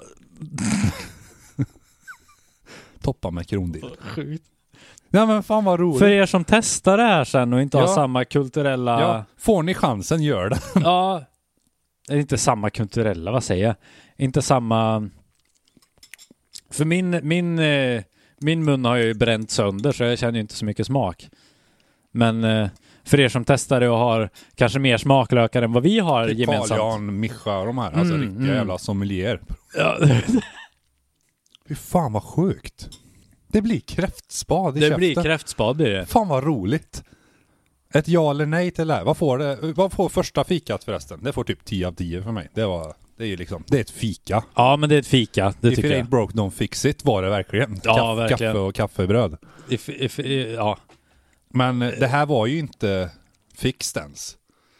Toppa med krondill. Sjukt. Ja men fan vad roligt. För er som testar det här sen och inte Ja. har samma kulturella... Ja, får ni chansen, gör det. Ja. Eller inte samma kulturella, vad säger jag? Inte samma... För min, min, eh, min mun har ju bränt sönder så jag känner ju inte så mycket smak. Men eh, för er som testar det och har kanske mer smaklökar än vad vi har gemensamt. Jan, Mischa och de här. Alltså Mm, riktiga mm. jävla sommelier. Ja. Fy fan vad sjukt. Det blir kräftspad i Det käften. blir kräftspad blir det. Fan vad roligt. Ett ja eller nej till det här. Vad får det? Vad får första fikat förresten? Det får typ tio av tio för mig. Det var det är ju liksom det är ett fika. Ja, men det är ett fika, det If tycker it jag. ain't broke don't fix it var det verkligen. Ja, Kaff, verkligen. Kaffe och kaffebröd. If, if, ja. Men det här var ju inte fixed ens.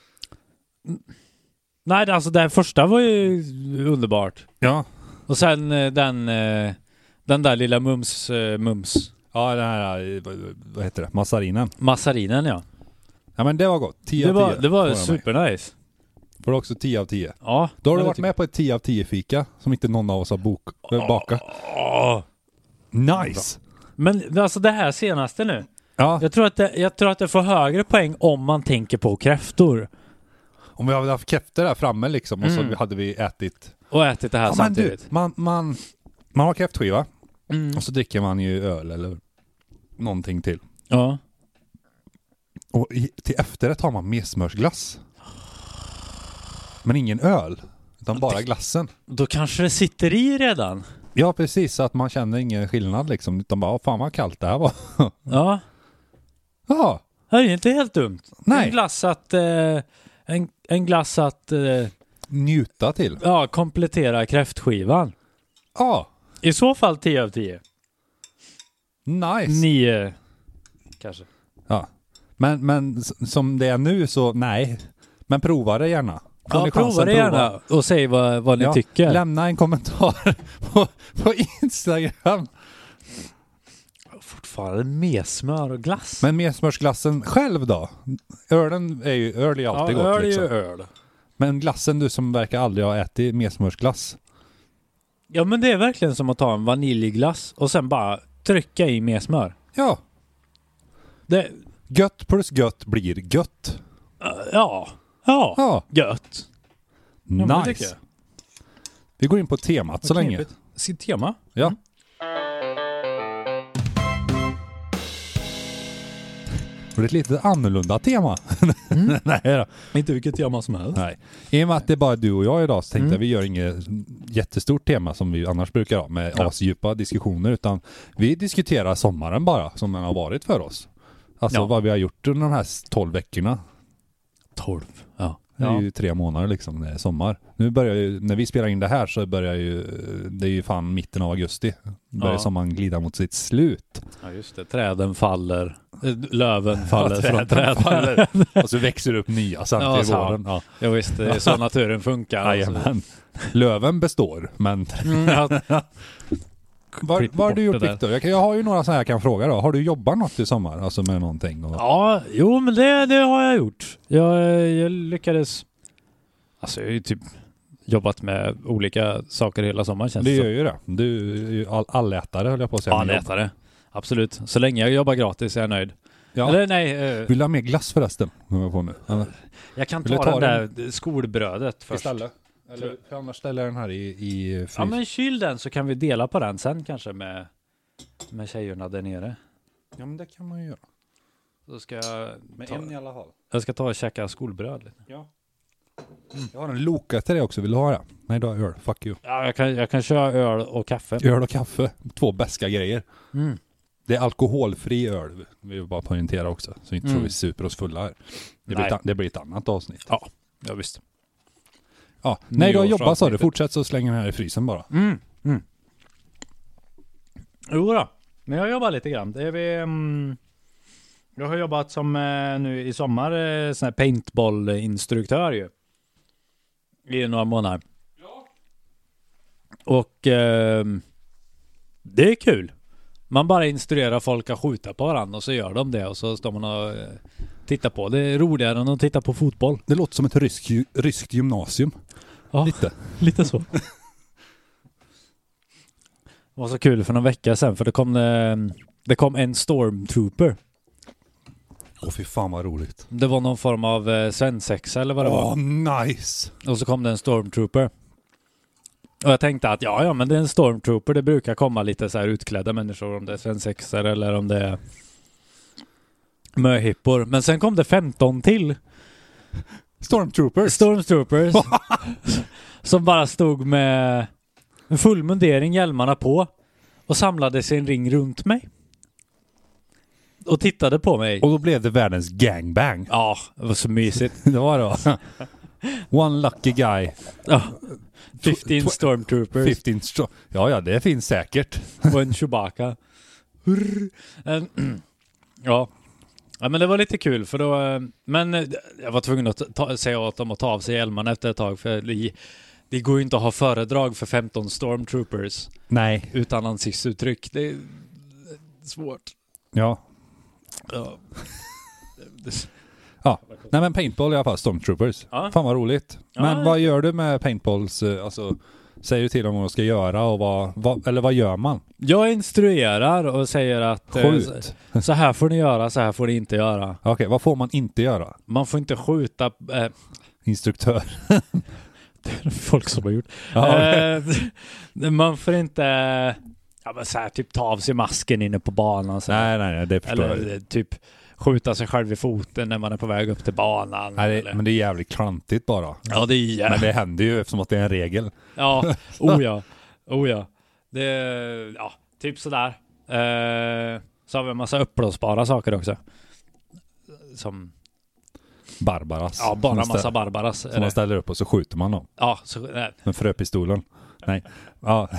Nej, alltså det här första var ju underbart. Ja. Och sen eh, den eh, den där lilla mums eh, mums Ja, den här eh, vad- vad heter det? Massarinen. massarinen, ja. Ja, men det var gott. tio Det av var tio. det var får jag mig. supernice. Får du också tio av tio. Ja. Då har du det varit tycker- med på ett tio av tio fika som inte någon av oss har bok äh, bakat. Åh. Nice. Men alltså det här senaste nu. Ja, Jag tror att det, jag tror att det får högre poäng om man tänker på kräftor om vi hade haft kräftor där framme liksom och Mm. så hade vi ätit. och ätit det här Ja, men du, samtidigt. man, man, man har kräftskiva Mm. och så dricker man ju öl eller någonting till. Ja. Och i, till efterrätt har man mesmörsglass. Men ingen öl, utan bara glassen. Då kanske det sitter i redan. Ja, precis, så att man känner ingen skillnad liksom, utan bara, "Åh, fan vad kallt det här var." Ja. Ja, Det är inte helt dumt. Nej. En glass att eh, en, en glass att eh, njuta till. ja, komplettera kräftskivan. Ja, I så fall tio av tio. nice. nio kanske. Ja. Men, men s- som det är nu så nej. Men prova det gärna. Får Ja, ni chansen, prova det gärna och säg vad, vad ni Ja, tycker. Lämna en kommentar på, på Instagram. Fortfarande mesmör och glass. Men mesmörsglassen själv då? Ölen är ju, öl är ja, alltid gott öl är liksom. ju öl. Men glassen, du som verkar aldrig ha ätit mesmörsglass. Ja, men det är verkligen som att ta en vaniljglass och sen bara trycka i mesmör. Ja, Det, gött plus gött blir gött. ja, ja, Ja, gött. Ja, men det tycker nice. jag. Vi går in på temat så Vad länge. knepigt. Sitt tema? Ja. Och det är ett lite annorlunda tema. Mm. Nej då. Inte vilket tema som helst. Nej. I och med att det är bara du och jag idag så tänkte Mm. jag vi gör inget jättestort tema som vi annars brukar ha med Ja. asdjupa diskussioner, utan vi diskuterar sommaren bara som den har varit för oss. Alltså Ja. vad vi har gjort under de här tolv veckorna. tolv. Ja. Det är Ja. ju tre månader liksom, det är sommar. Nu börjar ju, när vi spelar in det här så börjar ju, det är ju fan mitten av augusti. Börjar Ja. sommaren glida mot sitt slut. Ja, just det. Träden faller. Eh, Löven faller Ja, från träden träden. faller. Och så växer det upp nya sen Ja, till sant. våren. Ja. Ja, visst. Det är så naturen funkar. Alltså. Jajamän. Löven består, men Mm, ja. Vad, Klipp vad har du bort gjort, det där. Viktor? Jag, kan- jag har ju några så här jag kan fråga då. Har du jobbat något i sommar? Alltså med någonting? Och... Ja, jo men det, det har jag gjort. Jag, jag lyckades... Alltså jag har ju typ jobbat med olika saker hela sommaren känns Det det gör som. ju det. Du är ju all, allätare höll jag på att säga. Ja, med jobb. lättare. Absolut. Så länge jag jobbar gratis är jag nöjd. Ja. Eller nej, eh, Vill du ha mer glass förresten? Kommer jag på nu. Eller? jag kan Vill du ta, ta den där skolbrödet först. Istället? Eller för annars ställer jag den här i, i frys. Ja men kyl den så kan vi dela på den sen kanske med, med tjejerna där nere. Ja, men det kan man ju göra. Så ska jag, Med ta, en i alla fall. jag ska ta och käka skolbröd lite. Ja. Jag har en Loka till dig också. Vill du ha det? Nej, då har jag öl. Fuck you. Ja, jag kan, jag kan köra öl och kaffe. Öl och kaffe. Två bäska grejer. Mm. Det är alkoholfri öl. Vi vill bara poängtera också. Så inte Mm. tror vi super oss fulla här. Det blir, Nej. ett, det blir ett annat avsnitt. Ja, ja visst. Ja. Nej, du har jobbat sa du. Nyårsavsnittet. Fortsätt så slänger den här i frysen bara. Mm. Mm. Jo då. Men jag jobbar lite grann. Det är vi, mm, jag har jobbat som eh, nu i sommar eh, sån här paintball-instruktör ju. I några månader. Ja. Och eh, det är kul. Man bara instruerar folk att skjuta på varandra och så gör de det och så står man och eh, tittar på. Det är roligare än att titta på fotboll. Det låter som ett rysk, ryskt gymnasium. Ja, Lite. lite så. Det var så kul för någon vecka sedan för det kom, det, det kom en stormtrooper. Åh fy fan vad roligt. Det var någon form av eh, svensexa eller vad det Åh, nice! var. Och så kom det en stormtrooper. Och jag tänkte att ja, ja, men det är en stormtrooper. Det brukar komma lite så här utklädda människor om det är svensexor eller om det är möhippor. Men sen kom det femton till Stormtroopers. stormtroopers som bara stod med en full mundering, hjälmarna på. och samlade sin ring runt mig. Och tittade på mig. Och då blev det världens gangbang. Ja, det var så mysigt. Det var det. One lucky guy. Ja. femton stormtroopers. femton stro- ja, ja, det finns säkert. Och en Chewbacca. Hurr. En, ja. Ja, men det var lite kul för då, men jag var tvungen att ta, säga åt dem att ta av sig hjälmarna efter ett tag, för det, det går ju inte att ha föredrag för femton stormtroopers. Nej. Utan ansiktsuttryck. Det är svårt. Ja. Ja. Ja. Nej, men paintball i alla fall, stormtroopers. Ja. Fan vad roligt. Men Ja. vad gör du med paintballs? Alltså, säger du till dem vad de ska göra och vad, vad eller vad gör man? Jag instruerar och säger att eh, Skjut. så, så här får ni göra, så här får ni inte göra. Okej, vad får man inte göra? Man får inte skjuta eh, Instruktör. det är folk som har gjort. Ja. Eh, man får inte ja, men så här, typ ta av sig masken inne på banan. Så nej, nej, nej, det förstår eller jag. eh, typ skjuta sig själv i foten när man är på väg upp till banan. Nej, det, eller. men det är jävligt klantigt bara. Ja, det är jä- Men det händer ju eftersom att det är en regel. Ja, oh ja. Oh ja. Det ja, typ sådär. Eh, så har vi en massa uppblåsbara saker också. Som Barbaras. ja, bara Som massa stä- barbaras. Som man ställer upp och så skjuter man dem. Ja, så nej. Med fröpistolen. Nej. Ja.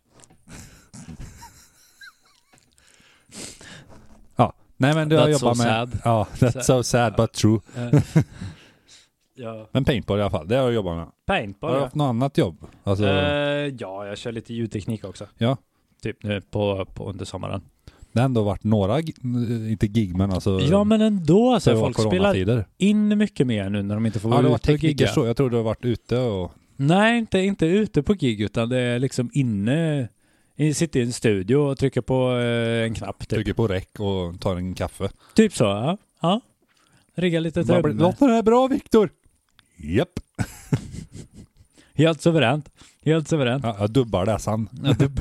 Ja. Nej, men du har That's jobbat so med... sad. Ja, that's so sad but true. Eh, ja. Men paintball i alla fall, det har jag jobbat med. Paintball. Har du Ja. haft något annat jobb? Alltså, Eh, ja, jag kör lite ljudteknik också. Ja. Typ nu på, på under sommaren. det har ändå varit några, gi- inte gig, men alltså... Ja, men ändå. Alltså, det var folk spelar coronatider. in mycket mer nu när de inte får Ja, vara det var ute och tekniker gigga. så. Jag tror du har varit ute och... Nej, inte, inte ute på gig, utan det är liksom inne. Sitter i en studio och trycker på eh, en knapp. Typ, Trycker på räck och tar en kaffe. typ så, ja. ja. Rigga lite Bara, töm. låter det här bra, Viktor? Japp. Helt suveränt. Helt suveränt. Ja, jag dubbar det sen. Ja, dubb.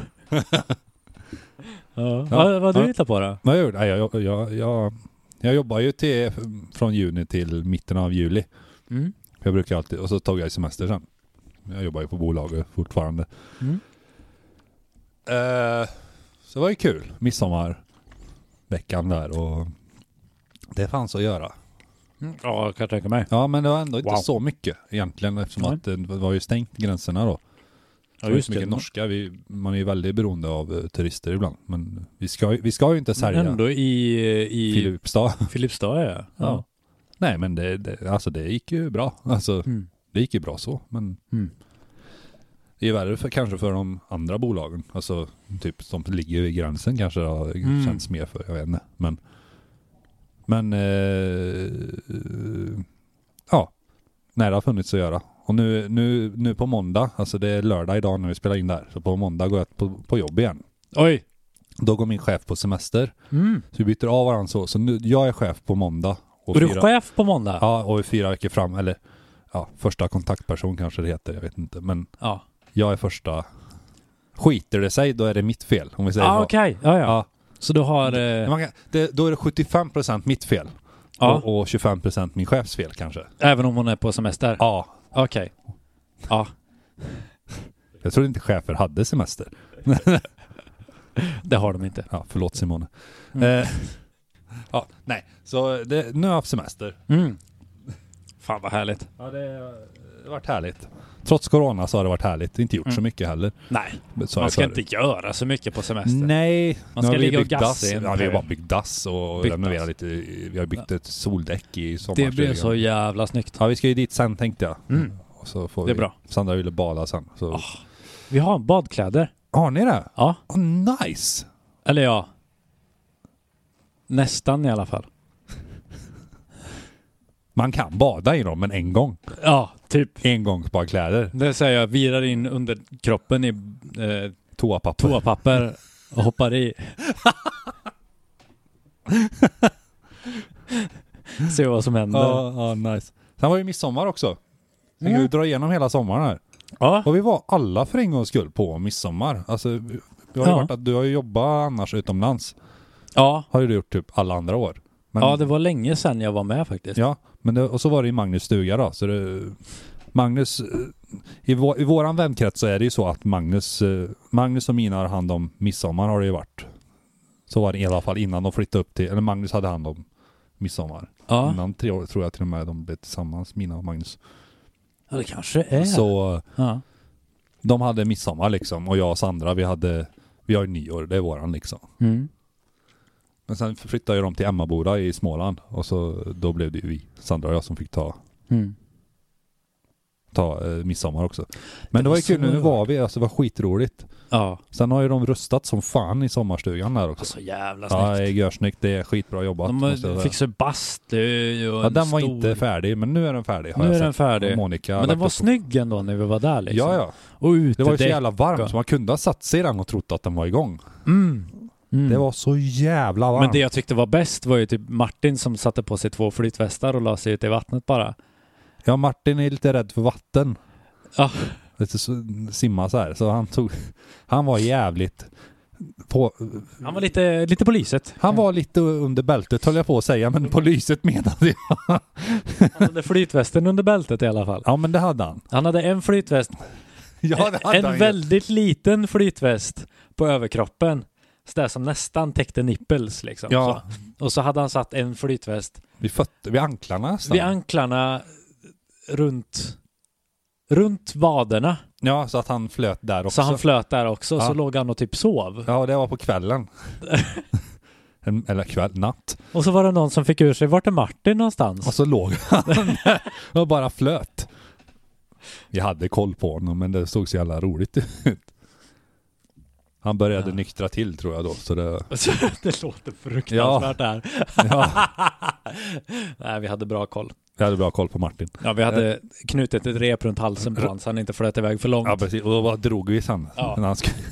ja. Vad, vad du Ja. hittar på då? Vad jag gjorde? Nej, jag, jag, jag, jag jobbar ju till, från juni till mitten av juli. Mm. Jag brukar alltid, och så tog jag semester sen. Jag jobbar ju på bolaget fortfarande. Mm. Uh, så det var ju kul. Midsommarveckan där och det fanns att göra. Ja, kan jag tänka mig. Ja, men det var ändå inte Wow. så mycket egentligen eftersom Nej. att det var ju stängt gränserna då. Ja, det var just så mycket det. norska. Vi, man är ju väldigt beroende av uh, turister ibland. Men vi ska, vi ska ju inte Men sälja ändå i, i Filipstad. Filipstad, ja. Ja. Nej, men det, det, alltså det gick ju bra. Alltså, Mm. det gick ju bra så. Men Mm. det är värre för, kanske för de andra bolagen. Alltså typ som ligger i gränsen kanske det har Mm. känts mer för. Jag vet inte. Men, men eh, ja. Nej, det har funnits att göra. Och nu, nu, nu på måndag, alltså det är lördag idag när vi spelar in där. Så på måndag går jag på, på jobb igen. Oj. Då går min chef på semester. Mm. Så vi byter av varandra så. Så nu, jag är chef på måndag. Och du är fyra- chef på måndag? Ja, och fyra veckor fram, eller ja, första kontaktperson kanske det heter, jag vet inte. Men Ja. jag är första. Skiter det sig, då är det mitt fel, om vi säger Ah, så. okej. Ja, ja. Ja. Så du har... Men Eh, man kan, det, då är det sjuttiofem procent mitt fel. ja, Och, och tjugofem procent min chefs fel kanske. även om hon är på semester? Ja. Okej. Ja, Jag trodde inte chefer hade semester. det har de inte. Ja, förlåt Simone. Mm. Eh, ja, nej. Så det, nu har jag haft semester. Mm. Fan vad härligt. Ja, det, det har varit härligt. Trots corona så har det varit härligt. Inte gjort Mm. så mycket heller. Nej, Så man jag ska förut. inte göra så mycket på semester. Nej, Man nu ska har vi ligga och byggt gassa dass. i en Ja, vi har hög. bara byggt dass och Byggt renoverat dass. lite. Vi har byggt ett soldäck i sommarstugan. Det blir så jävla snyggt. Ja, vi ska ju dit sen tänkte jag. Mm. Och så får Det är vi, bra. Sandra ville bada sen. Så. Oh. Vi har badkläder. Har ni det? Ja, Oh, nice! eller ja. Nästan i alla fall. Man kan bada i dem, men en gång. Ja, typ. En gång bara kläder. Det säger jag, virar in under kroppen i eh, Toapapper. toapapper och hoppar i. Se vad som händer. Ja, ja, nice. Sen var det midsommar också. Sen kan vi dra igenom hela sommaren här. Ja. Och vi var alla för en gångs skull på midsommar. Alltså, vi vi har ju Ja. varit att du har ju jobbat annars utomlands. Ja. Har ju du gjort typ alla andra år. Men, Ja, det var länge sedan jag var med faktiskt. Ja, men det, och så var det i Magnus stuga då. Så det, Magnus, i, vår, i våran vänkrets så är det ju så att Magnus, eh, Magnus och mina har hand om midsommar har det ju varit. Så var det i alla fall innan de flyttade upp till, eller Magnus hade hand om midsommar. Ja. Innan tre år tror jag till och med de blev tillsammans, mina och Magnus. Ja, det kanske är. Så ja. de hade midsommar liksom och jag och Sandra, vi hade, vi har ju nyår, det är våran liksom. Mm. Men sen flyttade de till Emmaboda i Småland och så då blev det ju vi, Sandra och jag, som fick ta Mm. ta eh, midsommar också. Men det, det var ju var kul, så nu var vi, alltså det var skitroligt. Ja. Sen har ju de rustat som fan i sommarstugan där också. Så jävla Ja, snyggt. det är görsnyggt, det är skitbra jobbat. De måste jag säga. fixade bastu och Ja, en den var stor... inte färdig, men nu är den färdig. Har Nu jag är den sett. färdig. Monica har Men den lagt var upp- snygg ändå när vi var där liksom. Ja, ja. Och ute Det var ju så däck jävla varmt och- så man kunde ha satt sig i den och trott att den var igång. Mm. Mm. Det var så jävla varmt. Men det jag tyckte var bäst var ju typ Martin som satte på sig två flytvästar och la sig ut i vattnet bara. Ja, Martin är lite rädd för vatten. Ja. Lite så, simma så här. Så han tog... Han var jävligt... På, Han var lite, lite på lyset. han var lite under bältet höll jag på att säga, men på lyset menade jag. Han hade flytvästen under bältet i alla fall. Ja, men det hade han. Han hade en flytväst. Ja, det hade en han ju. väldigt liten flytväst på överkroppen. Så där som nästan täckte nipples liksom. Ja. Så. Och så hade han satt en flytväst Vid fötter, vid anklarna nästan. vid anklarna runt runt vaderna. Ja, så att han flöt där också. Så han flöt där också. Ja. Så låg han och typ sov. Ja, det var på kvällen. en, eller kväll, natt. Och så var det någon som fick ur sig, vart är Martin någonstans? Och så låg han där och bara flöt. Vi hade koll på honom, men det såg så jävla roligt ut. Han började Ja. nyktra till tror jag då. Så det... Det låter fruktansvärt där. Ja, Nej, vi hade bra koll. jag hade bra koll på Martin. Ja, vi hade knutit ett rep runt halsen på honom så han inte flöt iväg för långt. Ja, precis. Och då bara drog vi sen. Ja. När han skulle...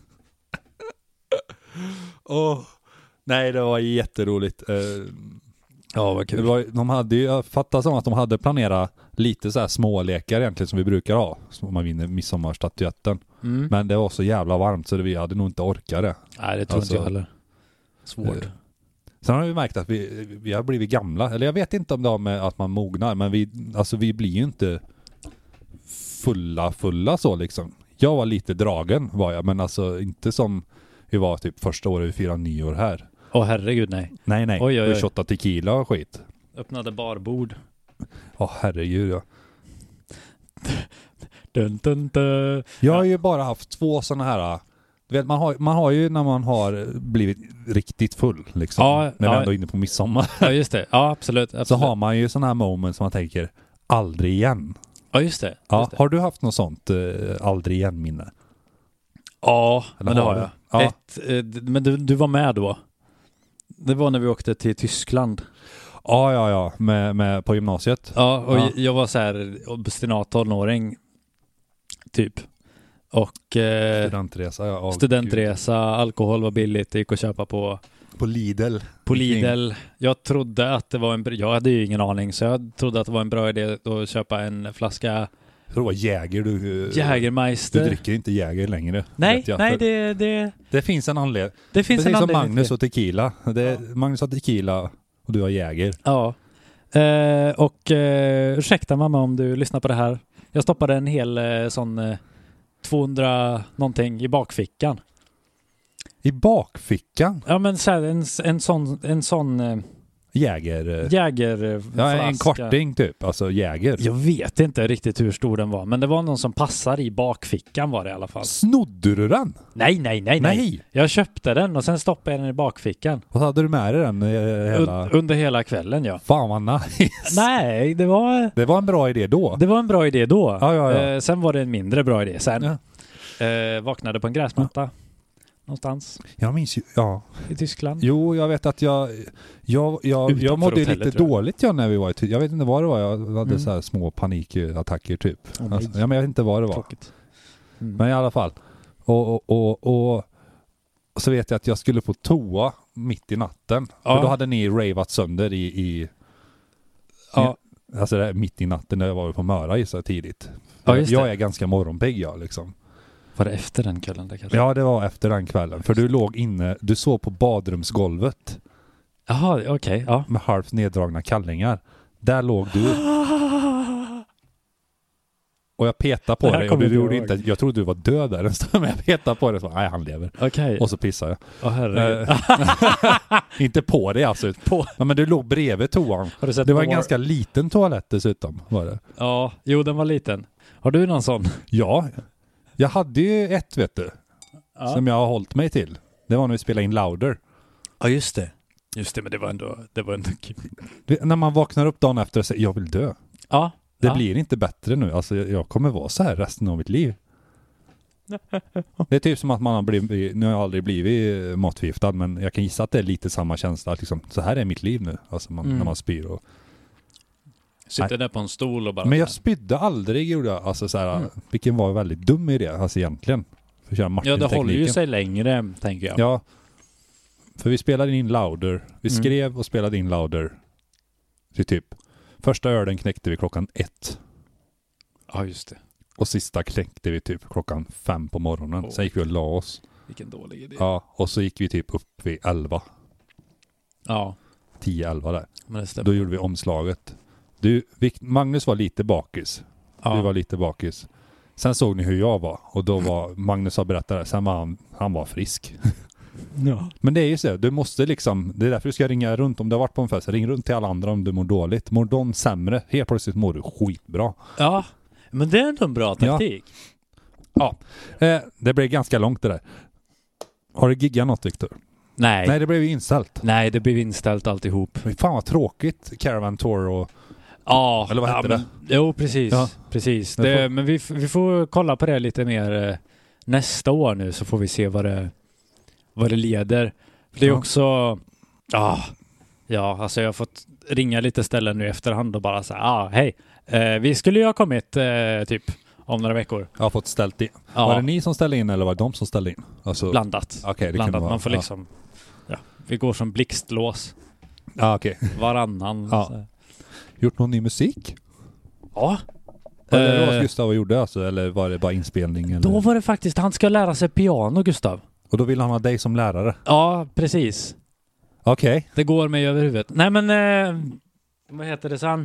oh. Nej, det var jätteroligt. Eh, Ja, vad Det var, de hade ju, jag fattar som att de hade planerat lite så här smålekar egentligen som vi brukar ha. Som man vinner midsommarstatyetten. Mm. Men det var så jävla varmt så det, vi hade nog inte orkat det. Nej, det tror Alltså, inte jag heller. Svårt. Eh, Sen har vi märkt att vi, vi har blivit gamla. Eller jag vet inte om det har med att man mognar. Men vi, alltså vi blir ju inte fulla, fulla så liksom. Jag var lite dragen var jag. Men alltså inte som vi var typ första året vi firade nyår här. Åh herregud, nej. Nej, nej. Oj, oj, oj. Vi shottade tequila och skit. Öppnade barbord. Åh herregud ja. Dun, dun, dun. Jag har ju bara haft två sådana här. Du vet, man har, man har ju när man har blivit riktigt full liksom. Ja, när vi ja. ändå är inne på midsommar. Ja, just det. Ja, absolut. absolut. Så har man ju sådana här moments som man tänker aldrig igen. Ja, just det. Ja, Just det. har du haft något sånt eh, aldrig igen minne? Ja, Eller men det har har du? jag. Ja. Ett, eh, d- men du, du var med då? Det var när vi åkte till Tyskland. Ja, ja, ja. Med, med, på gymnasiet. Ja, och Ja. jag var så här obstinat tonåring typ. Och eh, Studentresa. Ja, Åh, studentresa, alkohol var billigt, det gick att köpa på gud. På Lidl. på Lidl. Jag trodde att det var en br- jag hade ju ingen aning så jag trodde att det var en bra idé att köpa en flaska Jag tror det var Jäger du... Du Jägermeister. dricker inte Jäger längre. Nej, vet jag. nej För det, det, det finns en anledning. det finns Precis en som anledning Magnus till och tequila. Det är, Magnus har tequila och du har Jäger. Ja. Eh, och eh, ursäkta mamma om du lyssnar på det här. Jag stoppade en hel eh, sån eh, tvåhundra någonting i bakfickan. I bakfickan? Ja men så här, en, en sån en sån eh, Jäger. Jäger eh, Ja, en flaska. kvarting typ. Alltså Jäger. Jag vet inte riktigt hur stor den var, men det var någon som passar i bakfickan var det i alla fall. Snodde du den? Nej, nej, nej, nej. Nej. Jag köpte den och sen stoppade jag den i bakfickan. Vad hade du med dig den? eh, Hela... Un- under hela kvällen, ja. Fan vad nice. Nej, det var Det var en bra idé då. det var en bra idé då. Ja, ja, ja. Eh, sen var det en mindre bra idé sen. Ja. Eh, vaknade på en gräsmatta någonstans Jag minns ju, ja. i Tyskland. Jo, jag vet att jag jag, jag, Utanför jag mådde ju hotellet, lite tror jag. dåligt ja, när vi var i Ty- Jag vet inte vad det var. Jag hade Mm. så här små panikattacker typ. Åh, nej. Alltså, ja, men jag vet inte vad det var. Tråkigt. Mm. Men i alla fall. Och, och, och, och så vet jag att jag skulle på toa mitt i natten. Ja. För då hade ni ravat sönder i, i Ja. alltså det är mitt i natten när jag var på Möra i så tidigt. Ja, just jag det. är ganska morgonpigg jag liksom. Var det efter den kvällen där kanske? Ja, det var efter den kvällen. För du låg inne, du sov på badrumsgolvet Jaha, okej. Ja. med halvt neddragna kallingar. Där låg du Och jag petade på Det här dig och kommer du jag gjorde ihåg. inte, jag trodde du var död där en stund, men jag petade på dig och så, nej han lever. Okej. Och så pissade jag. Åh herregud. Eh, inte på dig alltså. På. Ja, men du låg bredvid toan. Har du sett Det var en War- ganska liten toalett dessutom, var det. Ja, jo den var liten. Har du någon sån? Ja, jag hade ju ett vet du, Ja, som jag har hållit mig till. Det var när vi spelade in Louder. ja just det. Just det, men det var ändå, det var ändå kul. Det, när man vaknar upp dagen efter och säger jag vill dö. Ja. Det ja. blir inte bättre nu. Alltså jag, jag kommer vara så här resten av mitt liv. Det är typ som att man har blivit, nu har jag aldrig blivit matförgiftad, men jag kan gissa att det är lite samma känsla. Att liksom, så här är mitt liv nu. Alltså man, Mm. när man spyr. Och, Sitter där på en stol och bara... men jag spydde aldrig, gjorde jag. Alltså så här, Mm. vilken var väldigt dum idé, alltså egentligen. För att köra Ja, det håller ju Martin-tekniken. sig längre, tänker jag. Ja, för vi spelade in Louder. Vi Mm. skrev och spelade in Louder. Till typ. Första ölen knäckte vi klockan ett. Ja, just det. Och sista knäckte vi typ klockan fem på morgonen. Åh. Sen gick vi och la oss. Vilken dålig idé. Ja, och så gick vi typ upp vid elva. Ja, tio elva där. men det stämmer. Då gjorde vi omslaget. Du, Vic- Magnus var lite bakis. ja. Du var lite bakis. Sen såg ni hur jag var. Och då var Magnus har berättat det. Sen var han, han var frisk. Ja. Men det är ju så. Du måste liksom. Det är därför du ska ringa runt. Om du har varit på en fest. Ring runt till alla andra om du mår dåligt. Mår de sämre. Helt plötsligt mår du skitbra. ja, men det är ändå en bra taktik. Ja. Eh, det blev ganska långt det där. Har du giggat något, Viktor? Nej. Nej, det blev ju inställt. Nej, det blev inställt alltihop. Men fan vad tråkigt. Caravan Tour och... Ja, Eller vad ja, hette men, det? Jo, precis. Ja. precis. Jag Det, får- Men vi, f- vi får kolla på det lite mer eh, nästa år nu, så får vi se vad det, vad det leder. För det är Ja. också... Ah, ja, alltså jag har fått ringa lite ställen nu i efterhand och bara säga, ah, hej, eh, vi skulle ju ha kommit eh, typ om några veckor. Jag har fått ställt in. Ja, Var det ni som ställde in eller var det de som ställde in? Alltså, blandat. Okej, det blandat. kunde vara. Man får ja. liksom... Ja, vi går som blixtlås Ja, okej. varannan. Ja. Så. Gjort någon ny musik? Ja. Var det Eh, vad Gustav gjorde alltså? Eller var det bara inspelning? Eller? Då var det faktiskt, han ska lära sig piano, Gustav. Och då vill han ha dig som lärare? Ja, precis. Okej. Det går mig över huvudet. Nej men, eh, vad heter det sen?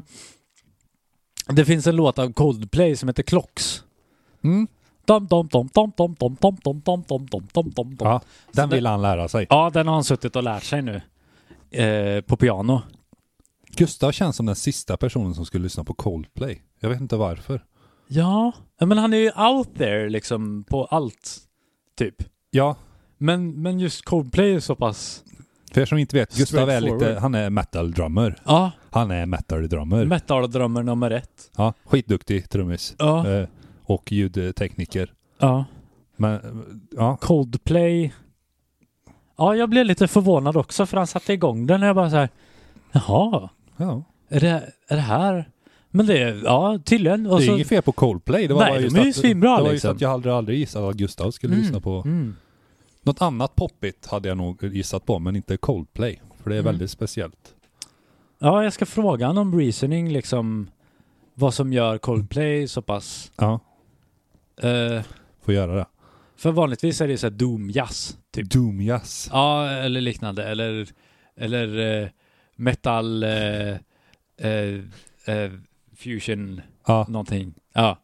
Det finns en låt av Coldplay som heter Clocks. Mm. Dom, dom, dom, dom, dom, dom, dom, dom, dom, dom, dom, dom, dom. Ja, den Så vill han lära sig. Ja, den har han suttit och lärt sig nu. Eh, på piano. Gustav känns som den sista personen som skulle lyssna på Coldplay. Jag vet inte varför. Ja, men han är ju out there liksom på allt, typ. Ja, Men, men just Coldplay är så pass... för er som inte vet, Gustav är lite, Straightforward. han är metal-drummer. Ja, Han är metal-drummer. metal-drömmer nummer ett. Ja, skitduktig trummis. Ja, Eh, och ljudtekniker. ja. Men, ja. Coldplay. Ja, jag blev lite förvånad också för han satte igång den och jag bara så här, jaha, ja. är det, är det här? Men det är, ja, tydligen. Och Det är så, inget fel på Coldplay. Det var Nej, bara de just är ju att, svinbra, det var just liksom. att jag aldrig, aldrig gissat att Gustav skulle Mm, lyssna på. mm. Något annat poppigt hade jag nog gissat på, men inte Coldplay. För det är Mm. väldigt speciellt. Ja, jag ska fråga honom om reasoning, liksom vad som gör Coldplay så pass. Ja, Eh, får göra det. för vanligtvis är det så här doom-jazz, typ. Doom Jazz. Ja, eller liknande. Eller, eller eh, metal eh, eh, eh, fusion Ja, någonting. Ja.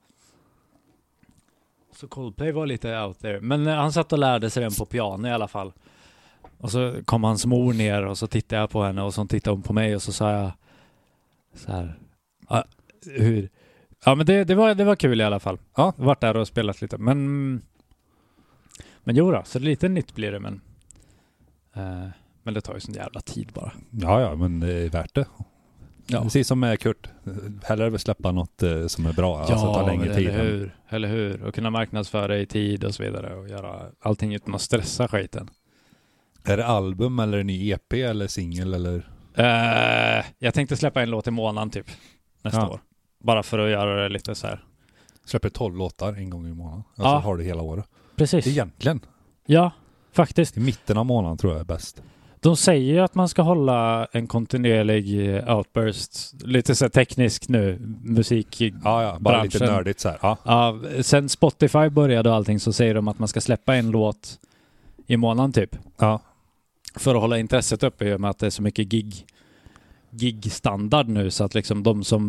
Så Coldplay var lite out there. Men eh, han satt och lärde sig den på piano i alla fall. Och så kom hans mor ner och så tittade jag på henne och så tittade hon på mig och så sa jag så här. Ja, hur? Ja, men det, det, var, det var kul i alla fall. Ja. Vart där och spelat lite. Men men jo då, så lite nytt blir det. Men, eh, men det tar ju sån jävla tid bara. ja, ja, men det är värt det. Ja. Precis som med Kurt. Hellre vill släppa något eh, som är bra. alltså ta längre men tid. eller hur? Eller hur? Och kunna marknadsföra i tid och så vidare och göra allting utan att stressa skiten. Är det album eller en ny E P eller singel eller? Uh, jag tänkte släppa en låt i månaden typ nästa Ja. år. Bara för att göra det lite så här. Släpper tolv låtar en gång i månaden. Alltså Ja. har du hela året. Precis. Egentligen. Ja, faktiskt. I mitten av månaden tror jag är bäst. De säger ju att man ska hålla en kontinuerlig eh, outburst. Lite så här teknisk nu. Musik. Ja, ja. Bara lite Branschen. nördigt så här. Ja. Ja, sen Spotify började och allting så säger de att man ska släppa en låt i månaden typ. Ja. För att hålla intresset uppe i och med att det är så mycket gig gig-standard nu så att liksom de som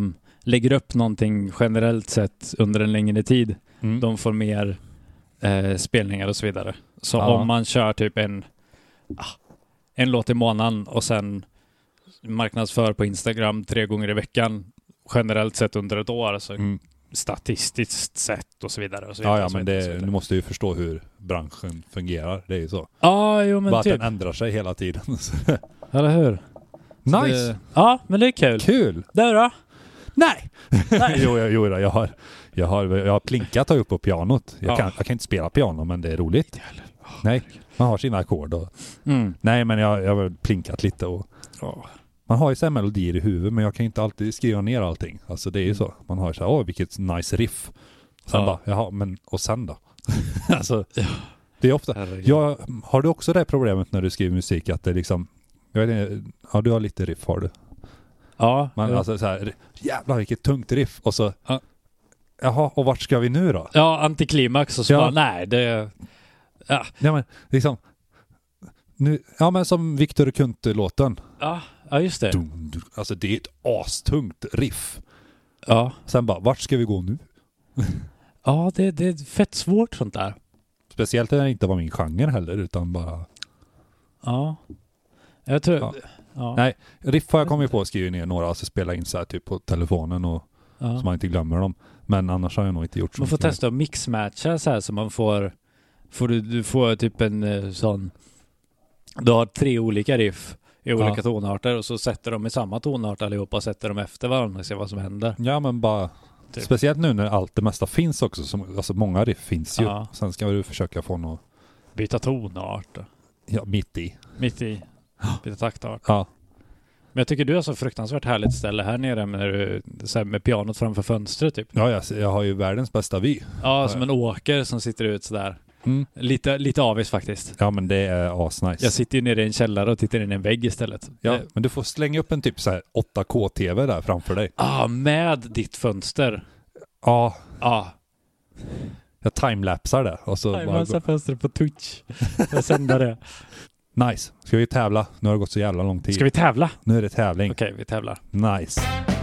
lägger upp någonting generellt sett under en längre tid, Mm. de får mer eh, spelningar och så vidare. Så Ja. om man kör typ en ah, en låt i månaden och sen marknadsför på Instagram tre gånger i veckan generellt sett under ett år, så Mm. statistiskt sett och så vidare. Och så vidare Ja, ja, och så men vidare och så det, vidare. du måste ju förstå hur branschen fungerar. Det är ju så. Ja, jo men Bara att typ. den ändrar sig hela tiden. Eller hur? Så Nice! Det, ja, men det är kul. Kul! Du då? Nej! Nej. jo, jag, jo, jag har, jag har, jag har plinkat upp på pianot. Jag, Ja. kan, jag kan inte spela piano, men det är roligt. Nej, man har sina ackord. Och, Mm. nej, men jag, jag har plinkat lite. Och, Ja. man har ju så här melodier i huvudet, men jag kan inte alltid skriva ner allting. Alltså det är ju så. Man har ju så här, åh vilket nice riff. Sen Ja. bara, jaha, men och sen då? alltså, Ja. det är ofta. Herregud. Jag, har du också det problemet när du skriver musik att det liksom, jag vet inte, ja du har lite riff har du. Ja, Man, ja. alltså så här, jävlar vilket tungt riff. Och så, Ja. jaha, och vart ska vi nu då? ja, antiklimax och så Ja. bara, nej, det... Ja, Ja men liksom, nu, ja men som Victor Kunt-låten. ja, ja just det. Dum, dum. Alltså det är ett astungt riff. Ja, Sen bara, vart ska vi gå nu? ja det, det är fett svårt sånt där. Speciellt när det inte var min genre heller, utan bara... Ja. Jag tror... Ja. Ja. Nej, riff har jag kommit på att skriva ner några, alltså spela in så här typ på telefonen och Ja. så man inte glömmer dem. Men annars har jag nog inte gjort så Man får mycket mer. testa att mixmatcha så här så man får... får du, du får typ en eh, sån... Du har tre olika riff i olika Ja. tonarter och så sätter de i samma tonart allihopa och sätter dem efter varandra och ser vad som händer. Ja men bara, Typ. speciellt nu när allt det mesta finns också, som, alltså många riff finns ju. Ja. Sen ska du försöka få något, Byta tonart. ja mitt i. Mitt i. Byta taktart. Ja. Men jag tycker du har så fruktansvärt härligt ställe här nere med, när du, så här, med pianot framför fönstret typ. Ja, jag, jag har ju världens bästa vy. Ja, som en åker som sitter ut sådär. Mm. Lite, lite avis faktiskt. Ja men det är asnice. Jag sitter ju nere i en källare och tittar in i en vägg istället. Ja, Det- men du får slänga upp en typ så här åtta K-tv där framför dig. Ah, med ditt fönster. Ja, Ah. jag timelapsar det och så Nej, bara massa fönster på Twitch. Jag sänder det. nice. Ska vi tävla? Nu har det gått så jävla lång tid. Ska vi tävla? Nu är det tävling. Okej, vi tävlar. Nice.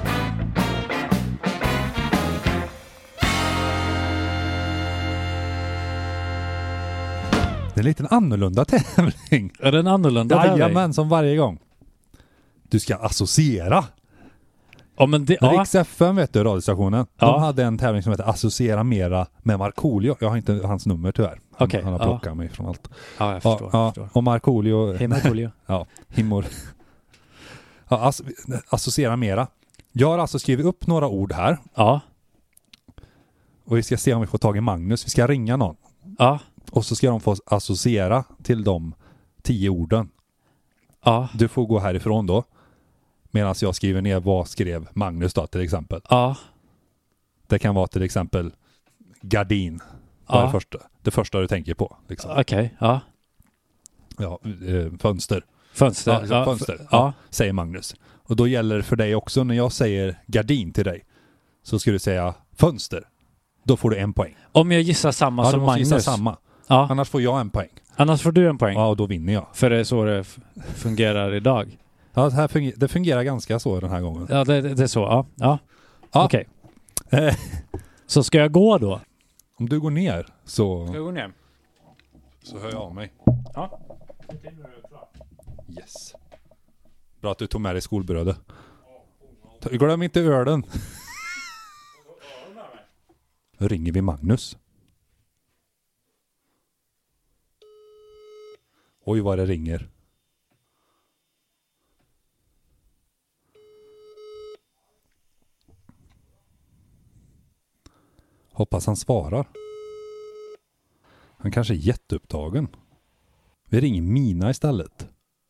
Det är en liten annorlunda tävling. Är den annorlunda tävling? Jajamän, som varje gång. Du ska associera. Ja, men det... Ja. Riks F M vet du, radiostationen. Ja. De hade en tävling som heter Associera mera med Markoolio. Jag har inte hans nummer tyvärr. Han, Okej, han har ja. plockat mig från allt. Ja, jag Ja, förstår. ja, jag förstår. och Markoolio... Hej Markoolio. Ja, himmor. Ja, ass, associera mera. Jag har alltså skrivit upp några ord här. Ja. Och vi ska se om vi får tag i Magnus. Vi ska ringa någon. Ja. Och så ska de få associera till de tio orden. Ja. Du får gå härifrån då. Medan jag skriver ner vad skrev Magnus då till exempel. Ja. Det kan vara till exempel gardin. Ja. Det, första, det första du tänker på. Liksom. Okej. Ja. Ja, eh, fönster. Fönster. Ja, Ja. fönster. Ja. Ja, säger Magnus. Och då gäller det för dig också när jag säger gardin till dig. Så ska du säga fönster. Då får du en poäng. Om jag gissar samma Ja, du som måste Magnus. gissa samma. Ja. Annars får jag en poäng. Annars får du en poäng. Ja, och då vinner jag. För det är så det f- fungerar idag. Ja, det, här funger- det fungerar ganska så den här gången. Ja, det, det, det är så. Ja. Ja. Ja. Okej. Eh, Så ska jag gå då? om du går ner så, jag gå ner? så hör jag av mig. Ja. Yes. Bra att du tog med dig skolbrödet. Ta- Glöm inte ölen. Nu ringer vi Magnus. Oj vad det ringer. Hoppas han svarar. Han kanske är jätteupptagen. Vi ringer Mina istället.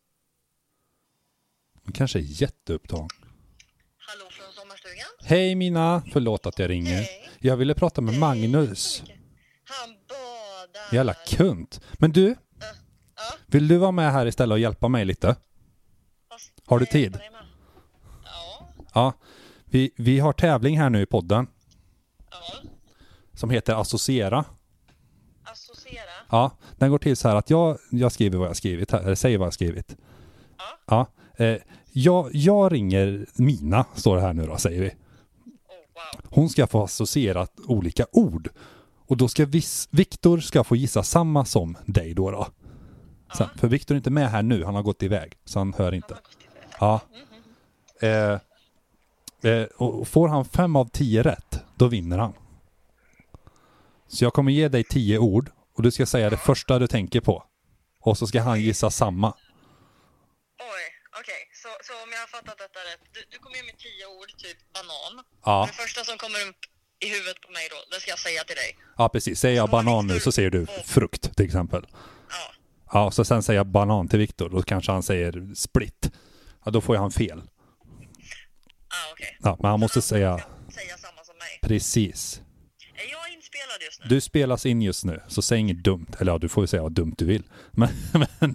Han kanske är jätteupptagen. Hallå från sommarstugan? Hej Mina, förlåt att jag ringer. Hej. Jag ville prata med Magnus. Han badar. Jävla kunt. Men du, Ja, vill du vara med här istället och hjälpa mig lite? fast Har du vad hjälper tid? dig med? Ja, Ja, vi, vi har tävling här nu i podden ja. som heter Associera. Associera. Ja, den går till så här att jag, jag skriver vad jag skrivit här, eller säger vad jag skrivit. Ja. Ja, eh, jag, jag ringer Mina, står det här nu då, säger vi. Wow. Hon ska få associera olika ord. Och då ska vis- Viktor ska få gissa samma som dig då. då. Sen, för Viktor är inte med här nu, han har gått iväg. Så han hör inte. Ja. Eh, eh, och får han fem av tio rätt, då vinner han. Så jag kommer ge dig tio ord. Och du ska säga det första du tänker på. Och så ska han gissa samma. Oj, okej. Okay. Så, så om jag har fattat detta rätt. Du, du kommer ge mig tio ord, typ banan. Ja. Det första som kommer upp i huvudet på mig då, det ska jag säga till dig. Ja, precis. Säger jag banan nu så säger du frukt till exempel. Ja. Ja, så sen säger jag banan till Viktor. Då kanske han säger split. Ja, då får jag han fel. Ah, okej. Okay. Ja, men han måste säga... säga samma som mig. Precis. Är jag inspelad just nu? Du spelas in just nu, så säg inget dumt. Eller ja, du får ju säga vad dumt du vill. Men... men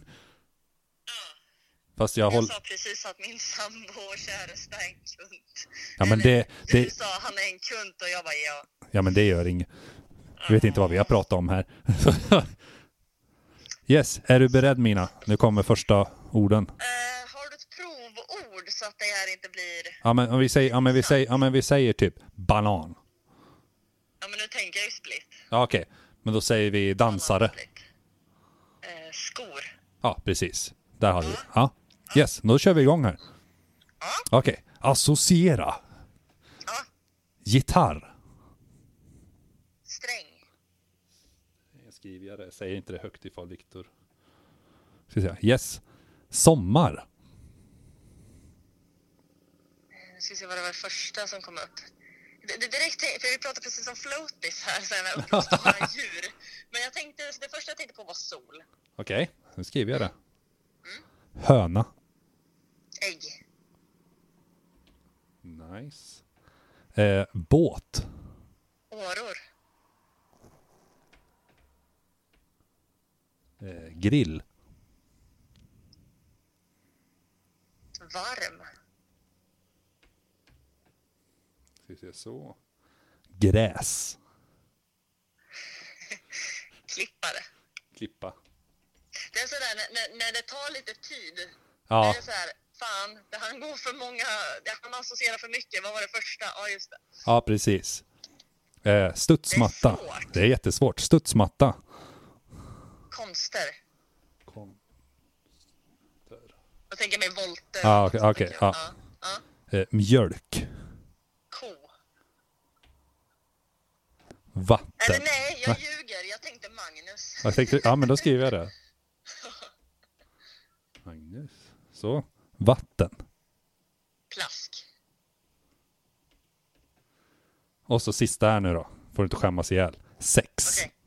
fast jag, jag håll... sa precis att min sambo och käresta är en kunt. Ja, men Eller, det... Du det... sa han är en kunt och jag bara ja. Ja, men det gör inget. Jag vet inte vad vi har pratat om här. Yes, är du beredd Mina? Nu kommer första orden. Uh, har du ett provord så att det här inte blir... Ja, men om vi säger, ja, men vi säger, ja, men vi säger typ banan. Ja, men nu tänker jag ju split. Ja, okej. Okay. Men då säger vi dansare. Uh, skor. Ja, precis. Där har vi. Ja. Yes, då kör vi igång här. Ja. Okej. Okay. Associera. Ja. Gitarr. Sträng. Jag skriver det. Säger inte det högt ifall Viktor. Ska säga. Yes. Sommar. Nu ska vi se vad det var första som kom upp. Det, det direkt, för vi pratade precis om floaties här, så här uppstora djur. Men jag tänkte, det första jag tänkte på var sol. Okej, okay. Nu skriver jag det. Mm. Höna. Ägg. Nice. Eh, båt. Åror. Eh, grill. Varm. Ska vi se så. Gräs. Klippare. Klippa. Det är sådär när, när, när det tar lite tid. Ja. Det är så här, fan, det han går för många, det han associerar för mycket. Vad var det första? Ja, just det. Ja, precis. Eh, studsmatta. Det är svårt. Det är jättesvårt. Studsmatta. Konster. Konster. Jag tänker mig volter. Ja, okej. Okay, okay, ja. Ja, ja. Eh, mjölk. Ko. Vatten. Eller nej, jag ljuger. Jag tänkte Magnus. Jag tänkte, ja, men då skriver jag det. Magnus. Så. Vatten. Plask. Och så sista här nu då. Får du inte skämmas ihjäl. Sex. Okej.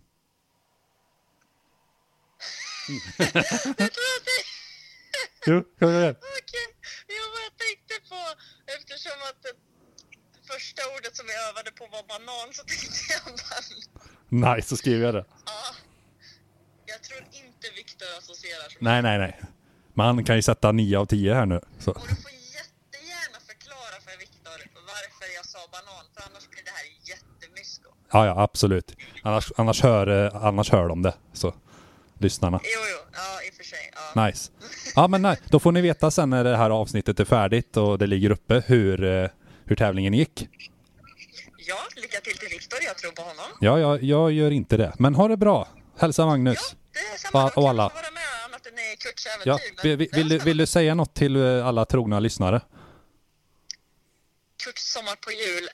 Jag tror att det... Jo, kom igen. Okej, jag bara tänkte på, eftersom att det första ordet som vi övade på var banan, så tänkte jag banan. Nice, så skriver jag det. Ja, jag tror inte Viktor associerar så. Nej, nej, nej. Man kan ju sätta nio av tio här nu. Så. Och du får jättegärna förklara för Viktor varför jag sa banan, för annars blir det här jättemysko. Ja, ja, absolut. Annars, annars, hör, annars hör de det. Så, lyssnarna. Jo, jo, ja, i och för sig. Ja. Nice. Ja, men nej. Då får ni veta sen när det här avsnittet är färdigt och det ligger uppe hur, hur tävlingen gick. Ja, lycka till till Viktor, jag tror på honom. Ja, jag, jag gör inte det. Men ha det bra. Hälsa Magnus. Ja, det är samma. Och, och alla. Kul att vara med annat än i Kurts äventyr. Ja, vill, vill, vill, du, vill du säga något till alla trogna lyssnare? Kurts sommar på jul.